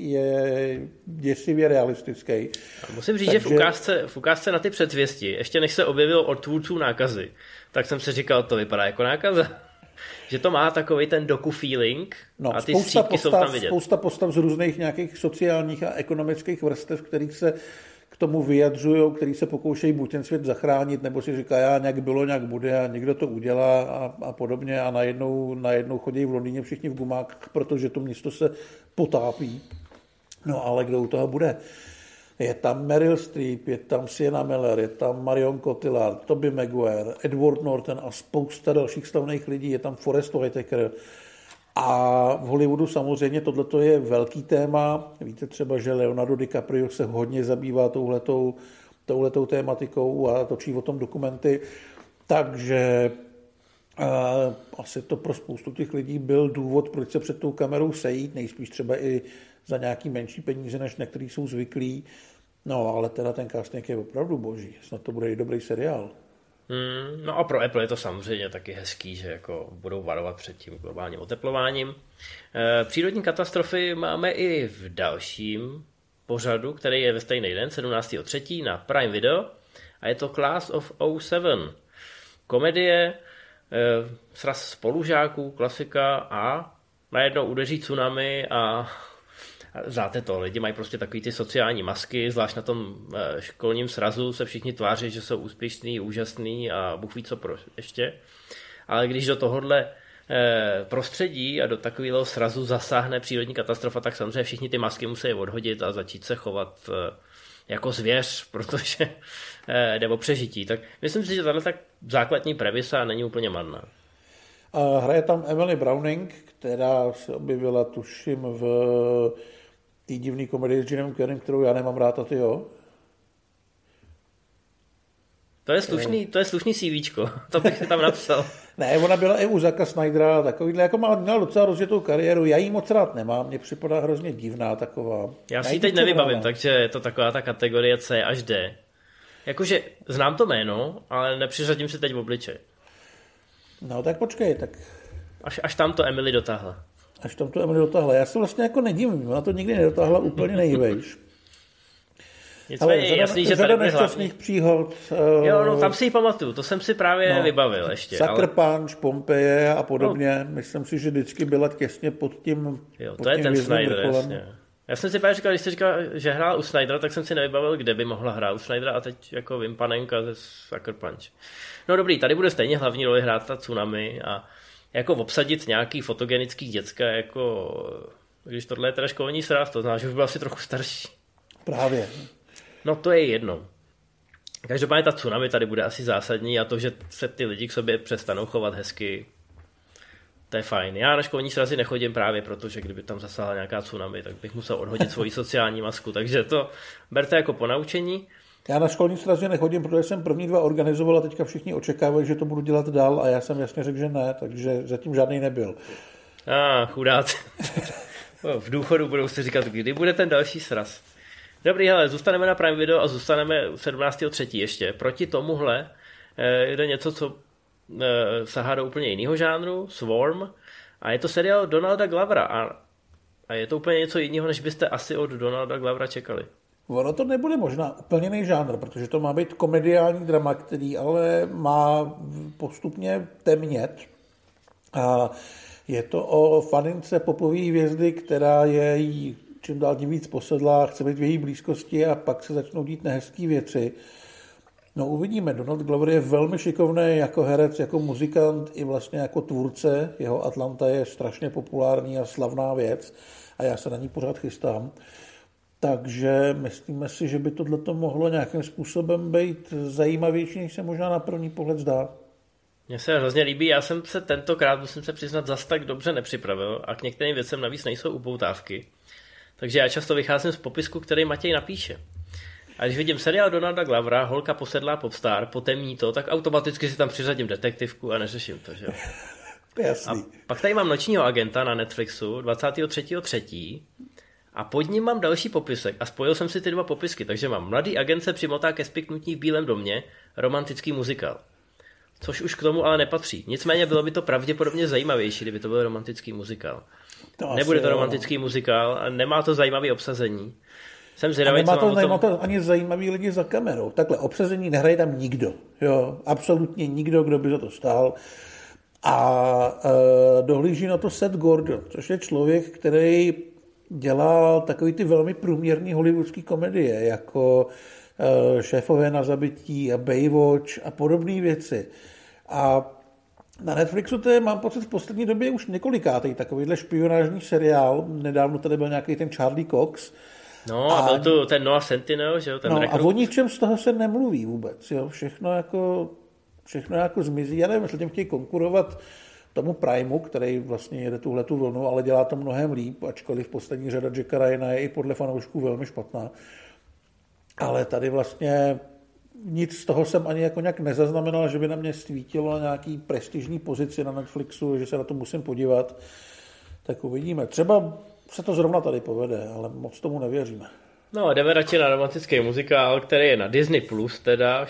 děsivě realistický. Musím říct, že v ukázce na ty Předzvěsti, ještě než se objevil od tvůrců Nákazy, tak jsem si říkal, to vypadá jako Nákaza. Že to má takový ten doku feeling a ty střípky jsou tam vidět. Spousta postav z různých nějakých sociálních a ekonomických vrstev, kterých se k tomu vyjadřují, který se pokoušejí buď ten svět zachránit, nebo si říká, já nějak bylo, nějak bude a někdo to udělá a podobně a najednou chodí v Londýně všichni v gumách, protože to město se potápí. No ale kdo u toho bude? Je tam Meryl Streep, je tam Sienna Miller, je tam Marion Cotillard, Tobey Maguire, Edward Norton a spousta dalších slavných lidí, je tam Forest Whitaker. A v Hollywoodu samozřejmě tohleto je velký téma. Víte třeba, že Leonardo DiCaprio se hodně zabývá touhletou tématikou a točí o tom dokumenty. Takže asi to pro spoustu těch lidí byl důvod, proč se před tou kamerou sejít, nejspíš třeba i za nějaký menší peníze, než na který jsou zvyklí. No, ale teda ten casting je opravdu boží. Snad to bude i dobrý seriál. No a pro Apple je to samozřejmě taky hezký, že jako budou varovat před tím globálním oteplováním. Přírodní katastrofy máme i v dalším pořadu, který je ve stejný den, 17.3. na Prime Video. A je to Class of 07. Komedie, sraz spolužáků, klasika a najednou udeří tsunami a znáte to, lidi mají prostě takový ty sociální masky, zvlášť na tom školním srazu se všichni tváří, že jsou úspěšný, úžasný a Bůh ví co ještě. Ale když do tohohle prostředí a do takového srazu zasáhne přírodní katastrofa, tak samozřejmě všichni ty masky musí odhodit a začít se chovat jako zvěř, protože jde o přežití. Tak myslím si, že tahle tak základní premisa není úplně marná. Hraje tam Emily Browning, která se objevila, tuším, v té divné komedii s Jimem Carreym, kterou já nemám rád, a ty jo? To je slušný CVčko, to bych si tam napsal. Ne, ona byla i u Zacka Snydera, takovýhle, jako měla docela rozjetou kariéru, já jí moc rád nemám, mně připadá hrozně divná taková. Já si ji teď nevybavím, takže je to taková ta kategorie C až D. Jakože znám to jméno, ale nepřiřadím si teď v obličej. No tak počkej, tak... Až tam to Emily dotáhla. Až tam to Emily dotáhla. Já se vlastně jako nedivím, ona to nikdy nedotáhla úplně nejvejš. Nicméně je jasný, že tady nešťastných příhod. Jo, no tam si ji pamatuju, to jsem si právě vybavil ještě. Sucker Punch, Pompeje a podobně. Myslím si, že vždycky byla těsně pod tím. Jo, to je ten Snyder, jasně. Já jsem si právě říkal, když jsi říkal, že hrál u Snydera, tak jsem si nevybavil, kde by mohla hrát u Snydera a teď jako vím Panenka ze Sucker Punch. No dobrý, tady bude stejně hlavní roli hrát ta Tsunami a jako obsadit nějaký fotogenický děcka, jako když tohle je teda školní sraz, to znamená, že už byl asi trochu starší. Právě. No to je jedno. Každopádně ta Tsunami tady bude asi zásadní a to, že se ty lidi k sobě přestanou chovat hezky, to je fajn. Já na školní srazy nechodím právě, protože kdyby tam zasáhla nějaká Tsunami, tak bych musel odhodit svoji sociální masku, takže to berte jako ponaučení. Já na školní srazy nechodím, protože jsem první 2 organizoval a teďka všichni očekávají, že to budu dělat dál a já jsem jasně řekl, že ne, takže zatím žádný nebyl. Chudáci. V důchodu budou si říkat, kdy bude ten další sraz. Dobrý, hele, zůstaneme na Prime Video a zůstaneme 17.3. ještě. Proti tomuhle jde něco, co sahá do úplně jiného žánru, Swarm, a je to seriál Donalda Glovera a je to úplně něco jiného, než byste asi od Donalda Glovera čekali. Ono to nebude možná úplně jiný žánr, protože to má být komediální drama, který ale má postupně temnět. A je to o fanince popové hvězdy, která je jí čím dál tím víc posedlá, chce být v její blízkosti a pak se začnou dít nehezké věci. No uvidíme, Donald Glover je velmi šikovný jako herec, jako muzikant i vlastně jako tvůrce. Jeho Atlanta je strašně populární a slavná věc a já se na ní pořád chystám. Takže myslíme si, že by tohleto mohlo nějakým způsobem být zajímavější, než se možná na první pohled zdá. Mně se hrozně líbí, já jsem se tentokrát, musím se přiznat, zas tak dobře nepřipravil a k některým věcem navíc nejsou upoutávky. Takže já často vycházím z popisku, který Matěj napíše. A když vidím seriál Donalda Glovera, holka posedlá popstar, potemní to, tak automaticky si tam přiřadím detektivku a neřeším to, že jo. Jasný. A pak tady mám Nočního agenta na Netflixu 23.3. a pod ním mám další popisek a spojil jsem si ty 2 popisky, takže mám Mladý agent se přimotá ke spiknutí v Bílém domě, romantický muzikál. Což už k tomu ale nepatří. Nicméně bylo by to pravděpodobně zajímavější, kdyby to byl romantický muzikál. Nebude to romantický muzikál a nemá to zajímavé obsazení. Jsem zvědavý, nemá to ani zajímavý lidi za kamerou. Takhle, obsazení nehraje tam nikdo. Jo? Absolutně nikdo, kdo by za to stál. A dohlíží na to Seth Gordon, což je člověk, který dělal takový ty velmi průměrný hollywoodský komedie, jako Šéfové na zabití a Baywatch a podobné věci. A na Netflixu to je, mám pocit, v poslední době už několikátej takovýhle špionážní seriál. Nedávno tady byl nějaký ten Charlie Cox. No a byl tu ten Noah Centineo, že jo, ten rekrut. A o ničem z toho se nemluví vůbec, jo. Všechno jako zmizí. Já nevím, jestli těm chtějí konkurovat tomu Primeu, který vlastně jede tuhletu vlnu, ale dělá to mnohem líp, ačkoliv poslední řada Jacka Ryana je i podle fanoušků velmi špatná. Ale tady vlastně nic z toho jsem ani jako nějak nezaznamenal, že by na mě svítilo na nějaký prestižní pozici na Netflixu, že se na to musím podívat. Tak uvidíme. Třeba se to zrovna tady povede, ale moc tomu nevěříme. No, jdeme radši na romantický muzikál, který je na Disney Plus, teda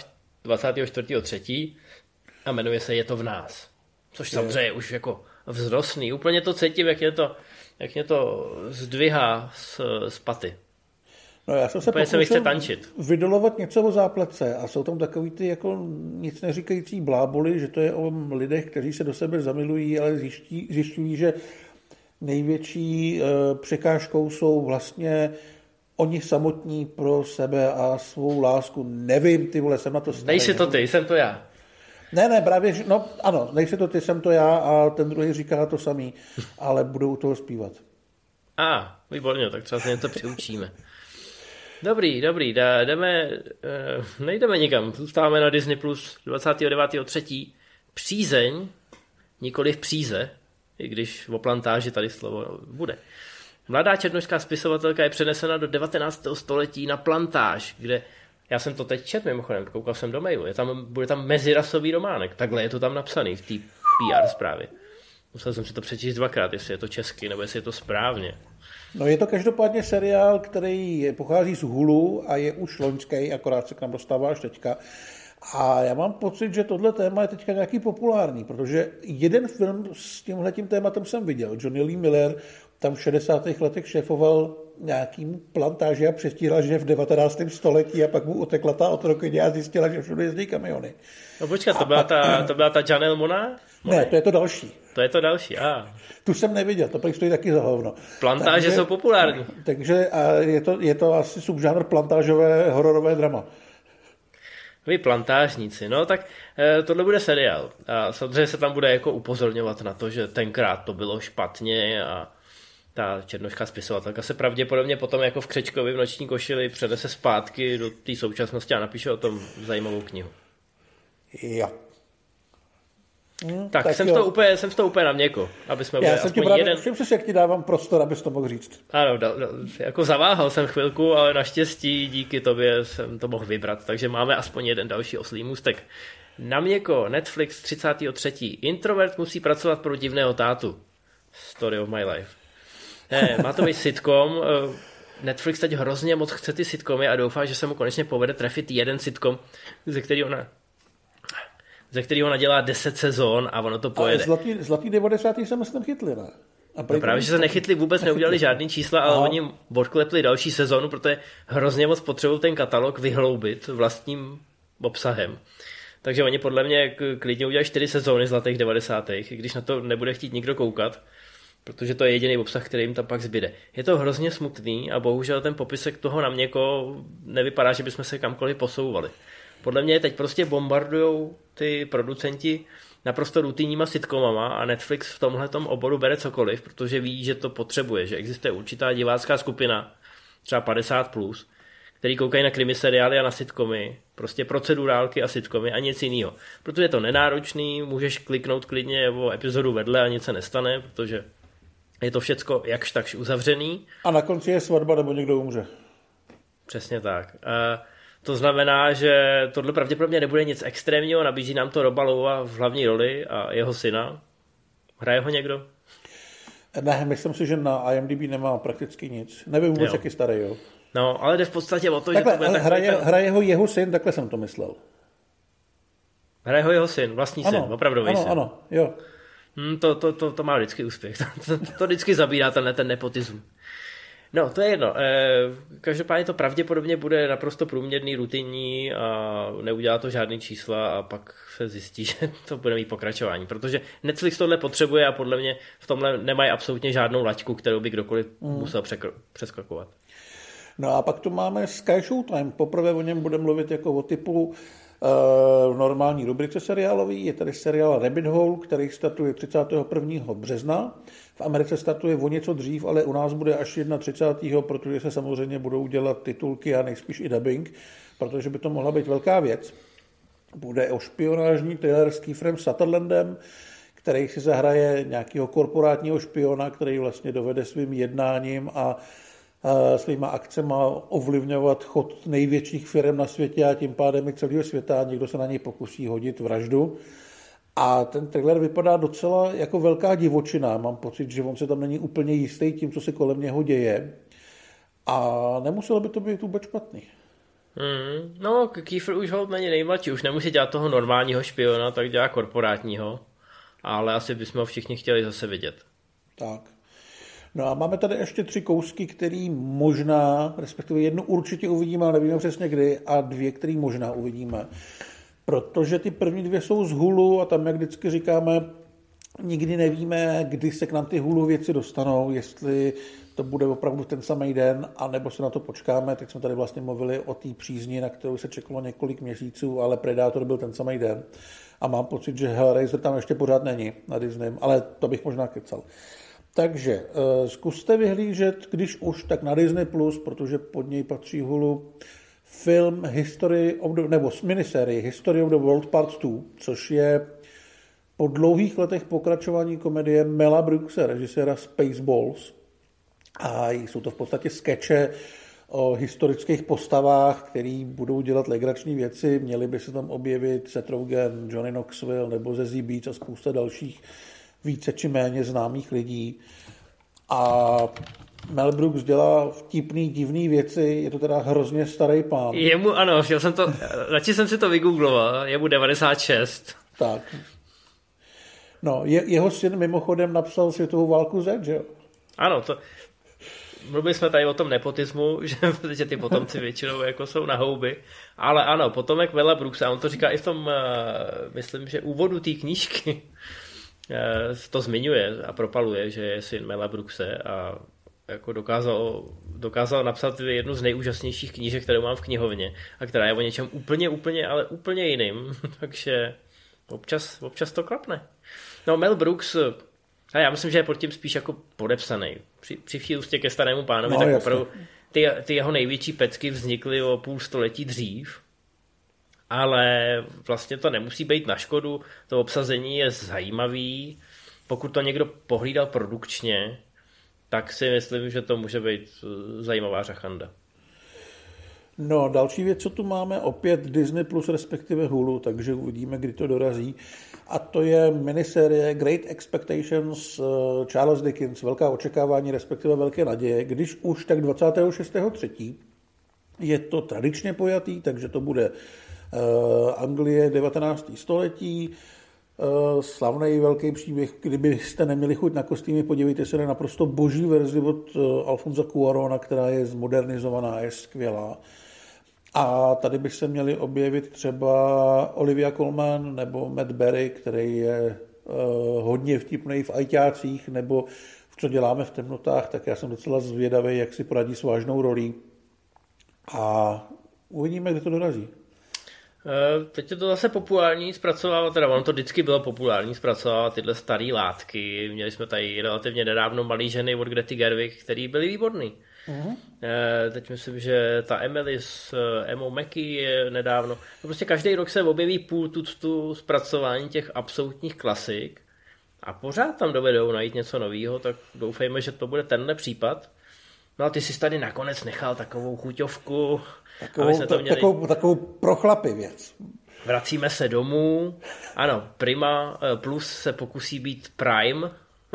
24.3. a jmenuje se Je to v nás. Což samozřejmě je už jako vzrostný. Úplně to cítím, jak mě to zdvihá z paty. No já jsem se pokoušel vydolovat něco o zápletce a jsou tam takový ty jako nic neříkající bláboli, že to je o lidech, kteří se do sebe zamilují, ale zjišťují, že největší překážkou jsou vlastně oni samotní pro sebe a svou lásku. Nevím, ty vole, jsem na to starý. Nejsi to ty, jsem to já. Ne, právě, no ano, nejsi to ty, jsem to já a ten druhý říká to samý, ale budou u toho zpívat. Výborně, tak třeba se něco přiučíme. Dobrý, nejdeme nikam, zůstáváme na Disney Plus 29.3. Přízeň, nikoliv příze, i když v plantáži tady slovo bude. Mladá černošská spisovatelka je přenesena do 19. století na plantáž, kde, já jsem to teď četl mimochodem, koukal jsem do mailu, bude tam mezirasový románek, takhle je to tam napsaný v té PR zprávě. Musel jsem si to přečíst 2krát, jestli je to česky, nebo jestli je to správně. No je to každopádně seriál, který pochází z Hulu a je už loňský, akorát se k nám dostává až teďka. A já mám pocit, že tohle téma je teďka nějaký populární, protože jeden film s tímhletím tématem jsem viděl. Johnny Lee Miller tam v 60. letech šéfoval nějakým plantáži a přestíral, že v 19. století a pak mu utekla ta otrokyně a zjistila, že všude jezdí kamiony. No počkat, to byla ta Janelle Monáe? Ne, to je to další. To je to další. Tu jsem neviděl, to prý stojí taky za hovno. Plantáže jsou populární. Takže je to asi subžánr plantážové hororové drama. Vy plantážníci, no tak tohle bude seriál. A samozřejmě se tam bude jako upozorňovat na to, že tenkrát to bylo špatně a ta černošská spisovatelka se pravděpodobně potom jako v Křečkovi v noční košili přenese zpátky do té současnosti a napíše o tom zajímavou knihu. Jo. Tak jsem z toho úplně na měko, aby jsme byli aspoň jeden... Všem si, jak ti dávám prostor, abys to mohl říct. Ano, jako zaváhal jsem chvilku, ale naštěstí díky tobě jsem to mohl vybrat, takže máme aspoň jeden další oslý můstek. Na měko, Netflix 33. Introvert musí pracovat pro divného tátu. Story of my life. Ne, má to být sitcom. Netflix teď hrozně moc chce ty sitcomy a doufá, že se mu konečně povede trefit jeden sitcom, ze kterého nadělá 10 sezon a ono to pojede. Zlatý 90. se myslím chytli, ne? No právě, že se nechytli, vůbec neudělali žádný čísla, ale oni odklepli další sezonu, protože hrozně moc potřebují ten katalog vyhloubit vlastním obsahem. Takže oni podle mě klidně udělají 4 sezóny zlatých 90. když na to nebude chtít nikdo koukat, protože to je jediný obsah, který jim tam pak zbyde. Je to hrozně smutný a bohužel ten popisek toho na měko nevypadá, že bychom se kamkoliv posouvali. Podle mě teď prostě bombardujou ty producenti naprosto rutinníma sitcomama a Netflix v tomhletom oboru bere cokoliv, protože ví, že to potřebuje, že existuje určitá divácká skupina, třeba 50+, který koukají na krimi seriály a na sitcomy, prostě procedurálky a sitcomy a nic jiného. Protože je to nenáročný, můžeš kliknout klidně o epizodu vedle a nic se nestane, protože je to všecko jakž takž uzavřený. A na konci je svatba nebo někdo umře. Přesně tak. To znamená, že tohle pravděpodobně nebude nic extrémního, nabízí nám to Roba Loua v hlavní roli a jeho syna. Hraje ho někdo? Ne, myslím si, že na IMDb nemá prakticky nic. Nevím vůbec, jak je starý, jo. No, ale jde v podstatě o to, takhle, že to bude hraje ho jeho syn, takhle jsem to myslel. Hraje ho jeho syn, vlastní syn, opravdový syn. Ano, jo. To má vždycky úspěch. To vždycky zabírá ten nepotism. No, to je jedno. Každopádně to pravděpodobně bude naprosto průměrný, rutinní a neudělá to žádný čísla a pak se zjistí, že to bude mít pokračování. Protože Netflix tohle potřebuje a podle mě v tomhle nemají absolutně žádnou laťku, kterou by kdokoliv musel přeskakovat. No a pak tu máme Sky Showtime. Poprvé o něm budeme mluvit jako o typu v normální rubrice seriálový. Je tady seriál Rabbit Hole, který startuje 31. března. V Americe startuje o něco dřív, ale u nás bude až 31. protože se samozřejmě budou dělat titulky a nejspíš i dubbing, protože by to mohla být velká věc. Bude o špionážní thriller s Kieferem Sutherlandem, který si zahraje nějakého korporátního špiona, který vlastně dovede svým jednáním a svýma akcema ovlivňovat chod největších firm na světě a tím pádem i celého světa a někdo se na něj pokusí hodit vraždu. A ten trailer vypadá docela jako velká divočina. Mám pocit, že on se tam není úplně jistý tím, co se kolem něho děje. A nemuselo by to být vůbec špatný. No, Kiefer už ho není nejmladší, už nemusí dělat toho normálního špiona, tak dělá korporátního. Ale asi bychom ho všichni chtěli zase vidět. Tak. No a máme tady ještě 3 kousky, který možná, respektive jednu určitě uvidíme, ale nevíme přesně kdy, a 2, který možná uvidíme. Protože ty první 2 jsou z Hulu a tam, jak vždycky říkáme, nikdy nevíme, kdy se k nám ty Hulu věci dostanou, jestli to bude opravdu ten samý den, anebo se na to počkáme. Teď jsme tady vlastně mluvili o té přízni, na kterou se čekalo několik měsíců, ale Predator byl ten samý den. A mám pocit, že Hellraiser tam ještě pořád není na Disney, ale to bych možná kecal. Takže zkuste vyhlížet, když už, tak na Disney+, protože pod něj patří Hulu, film minisérie History of the World Part 2, což je po dlouhých letech pokračování komedie Mela Brookse, režiséra Spaceballs. A jsou to v podstatě skeče o historických postavách, který budou dělat legrační věci. Měli by se tam objevit Seth Rogen, Johnny Knoxville nebo Zazie Beetz a spousta dalších více či méně známých lidí. A Mel Brooks dělá vtipný, divný věci, je to teda hrozně starý pán. Jemu, ano, radši jsem si to vygoogloval, je mu 96. Tak. No, jeho syn mimochodem napsal Světovou válku Z, že jo? Ano, mluvili jsme tady o tom nepotismu, že ty potomci většinou jako jsou na houby, ale ano, potomek Mela Brooksa, on to říká i v tom, myslím, že úvodu té knížky, to zmiňuje a propaluje, že je syn Mela Brookse a jako dokázal napsat jednu z nejúžasnějších knížek, kterou mám v knihovně a která je o něčem ale úplně jiným, takže občas to klapne. No Mel Brooks, a já myslím, že je pod tím spíš jako podepsaný. Při vší úctě ke starému pánovi, tak opravdu ty jeho největší pecky vznikly o půl století dřív, ale vlastně to nemusí být na škodu, to obsazení je zajímavý, pokud to někdo pohlídal produkčně, tak si myslím, že to může být zajímavá řachanda. No, další věc, co tu máme, opět Disney Plus, respektive Hulu, takže uvidíme, kdy to dorazí. A to je minisérie Great Expectations, Charles Dickens, velká očekávání, respektive velké naděje. Když už, tak 26.3. Je to tradičně pojatý, takže to bude Anglie 19. století, slavný velký příběh. Kdybyste neměli chuť na kostýmy, podívejte se na naprosto boží verzi od Alfonsa Cuarona, která je zmodernizovaná, je skvělá. A tady by se měli objevit třeba Olivia Colman nebo Matt Berry, který je hodně vtipný v ajťácích, nebo v Co děláme v temnotách, tak já jsem docela zvědavý, jak si poradí s vážnou rolí. A uvidíme, kde to dorazí. Teď je to zase populární zpracovávat, teda ono to vždycky bylo populární zpracovávat tyhle staré látky. Měli jsme tady relativně nedávno Malý ženy od Grety Gerwig, který byly výborný. Uh-huh. Teď myslím, že ta Emily s Emmou Mackey je nedávno. Prostě každý rok se objeví půl tuctu zpracování těch absolutních klasik a pořád tam dovedou najít něco nového, tak doufejme, že to bude tenhle případ. No a ty jsi tady nakonec nechal takovou chuťovku. Takovou pro chlapy věc. Vracíme se domů. Ano, Prima Plus se pokusí být Prime.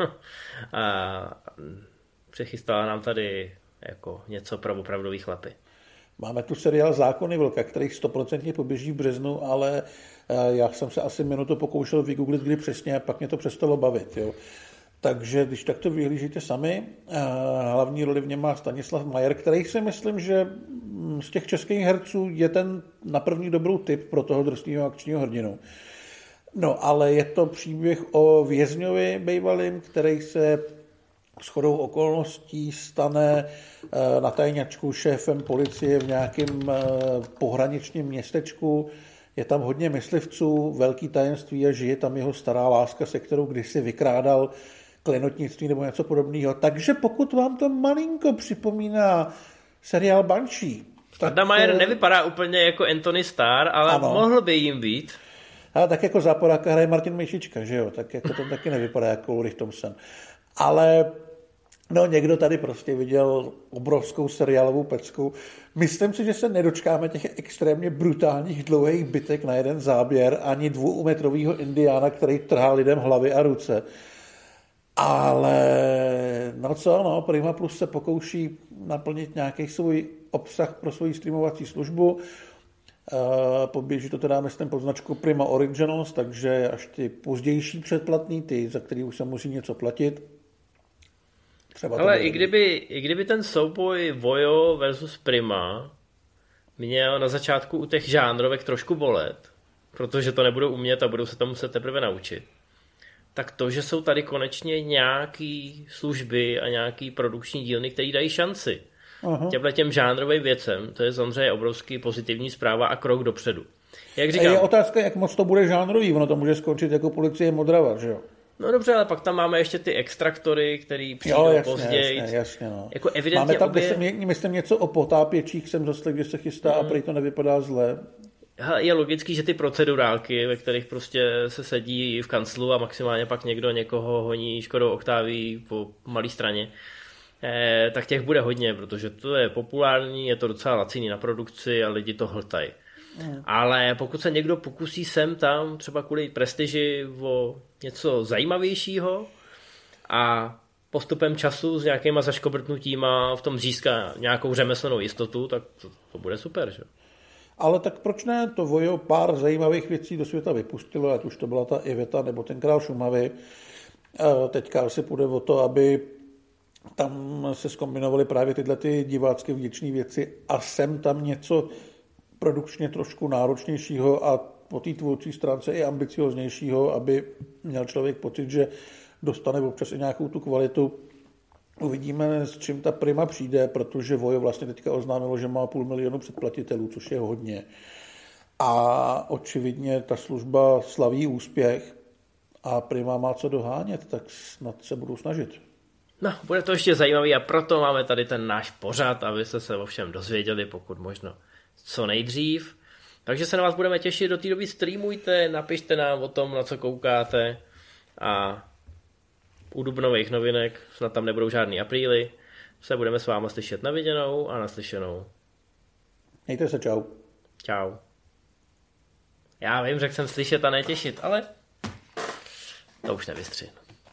A přechystala nám tady jako něco pro opravdový chlapy. Máme tu seriál Zákony vlka, který 100% poběží v březnu, ale já jsem se asi minutu pokoušel vygooglit, kdy přesně, a pak mě to přestalo bavit. Jo. Takže když takto vyhlížíte sami, hlavní roli v něm má Stanislav Majer, který si myslím, že z těch českých herců je ten na první dobrou tip pro toho drsného akčního hrdinu. No, ale je to příběh o vězňovi bývalým, který se shodou okolností stane na tajňačku šéfem policie v nějakém pohraničním městečku. Je tam hodně myslivců, velký tajemství a žije tam jeho stará láska, se kterou kdysi vykrádal klenotnictví nebo něco podobného. Takže pokud vám to malinko připomíná seriál Banshee. Adam Mayer nevypadá úplně jako Anthony Starr, ale ano, mohl by jim být. A tak jako záporáka hraje Martin Myšička, že jo? Tak jako to taky nevypadá jako Ulrich Thompson. Ale no, někdo tady prostě viděl obrovskou seriálovou pecku. Myslím si, že se nedočkáme těch extrémně brutálních dlouhých bitek na jeden záběr, ani 2metrového indiána, který trhá lidem hlavy a ruce. Ale no, Prima Plus se pokouší naplnit nějaký svůj obsah pro svoji streamovací službu. Poběží to teda, myslím, pod značku Prima Originals, takže až ty pozdější předplatný, ty, za který už se musí něco platit. Ale i kdyby ten souboj Vojo versus Prima měl na začátku u těch žánrovek trošku bolet, protože to nebudou umět a budou se to muset teprve naučit, tak to, že jsou tady konečně nějaký služby a nějaký produkční dílny, které dají šanci těm žánrovým věcem, to je samozřejmě obrovský pozitivní zpráva a krok dopředu. Jak říkám, je otázka, jak moc to bude žánrový, ono to může skončit jako Policie Modrava, že jo? No dobře, ale pak tam máme ještě ty extraktory, který přijdou později. Jasně, no. Jako evidentně máme tam, myslím, něco o potápěčích, jsem zaslech, že se chystá a prý to nevypadá zle. Je logický, že ty procedurálky, ve kterých prostě se sedí v kanclu a maximálně pak někdo někoho honí Škodou Octavií po malé straně, tak těch bude hodně, protože to je populární, je to docela laciný na produkci a lidi to hltají. Ale pokud se někdo pokusí sem tam, třeba kvůli prestiži, o něco zajímavějšího a postupem času s nějakýma zaškobrtnutíma v tom získá nějakou řemeslnou jistotu, tak to bude super, že? Ale tak proč ne? To Vojo pár zajímavých věcí do světa vypustilo, ať už to byla ta Iveta nebo ten Král Šumavy. Teďka si půjde o to, aby tam se zkombinovaly právě tyhle ty divácky vděčné věci a sem tam něco produkčně trošku náročnějšího a po té tvůrčí stránce i ambicioznějšího, aby měl člověk pocit, že dostane občas i nějakou tu kvalitu. Uvidíme, s čím ta Prima přijde, protože Vojo vlastně teďka oznámilo, že má 500 000 předplatitelů, což je hodně. A očividně ta služba slaví úspěch a Prima má co dohánět, tak snad se budou snažit. No, bude to ještě zajímavý a proto máme tady ten náš pořad, abyste se o všem dozvěděli, pokud možno co nejdřív. Takže se na vás budeme těšit, do té doby streamujte, napište nám o tom, na co koukáte a u dubnových novinek, snad tam nebudou žádný apríly, se budeme s váma slyšet na viděnou a naslyšenou. Mějte se, čau. Čau. Já vím, řekl jsem slyšet a netěšit, ale to už nevystřihnu.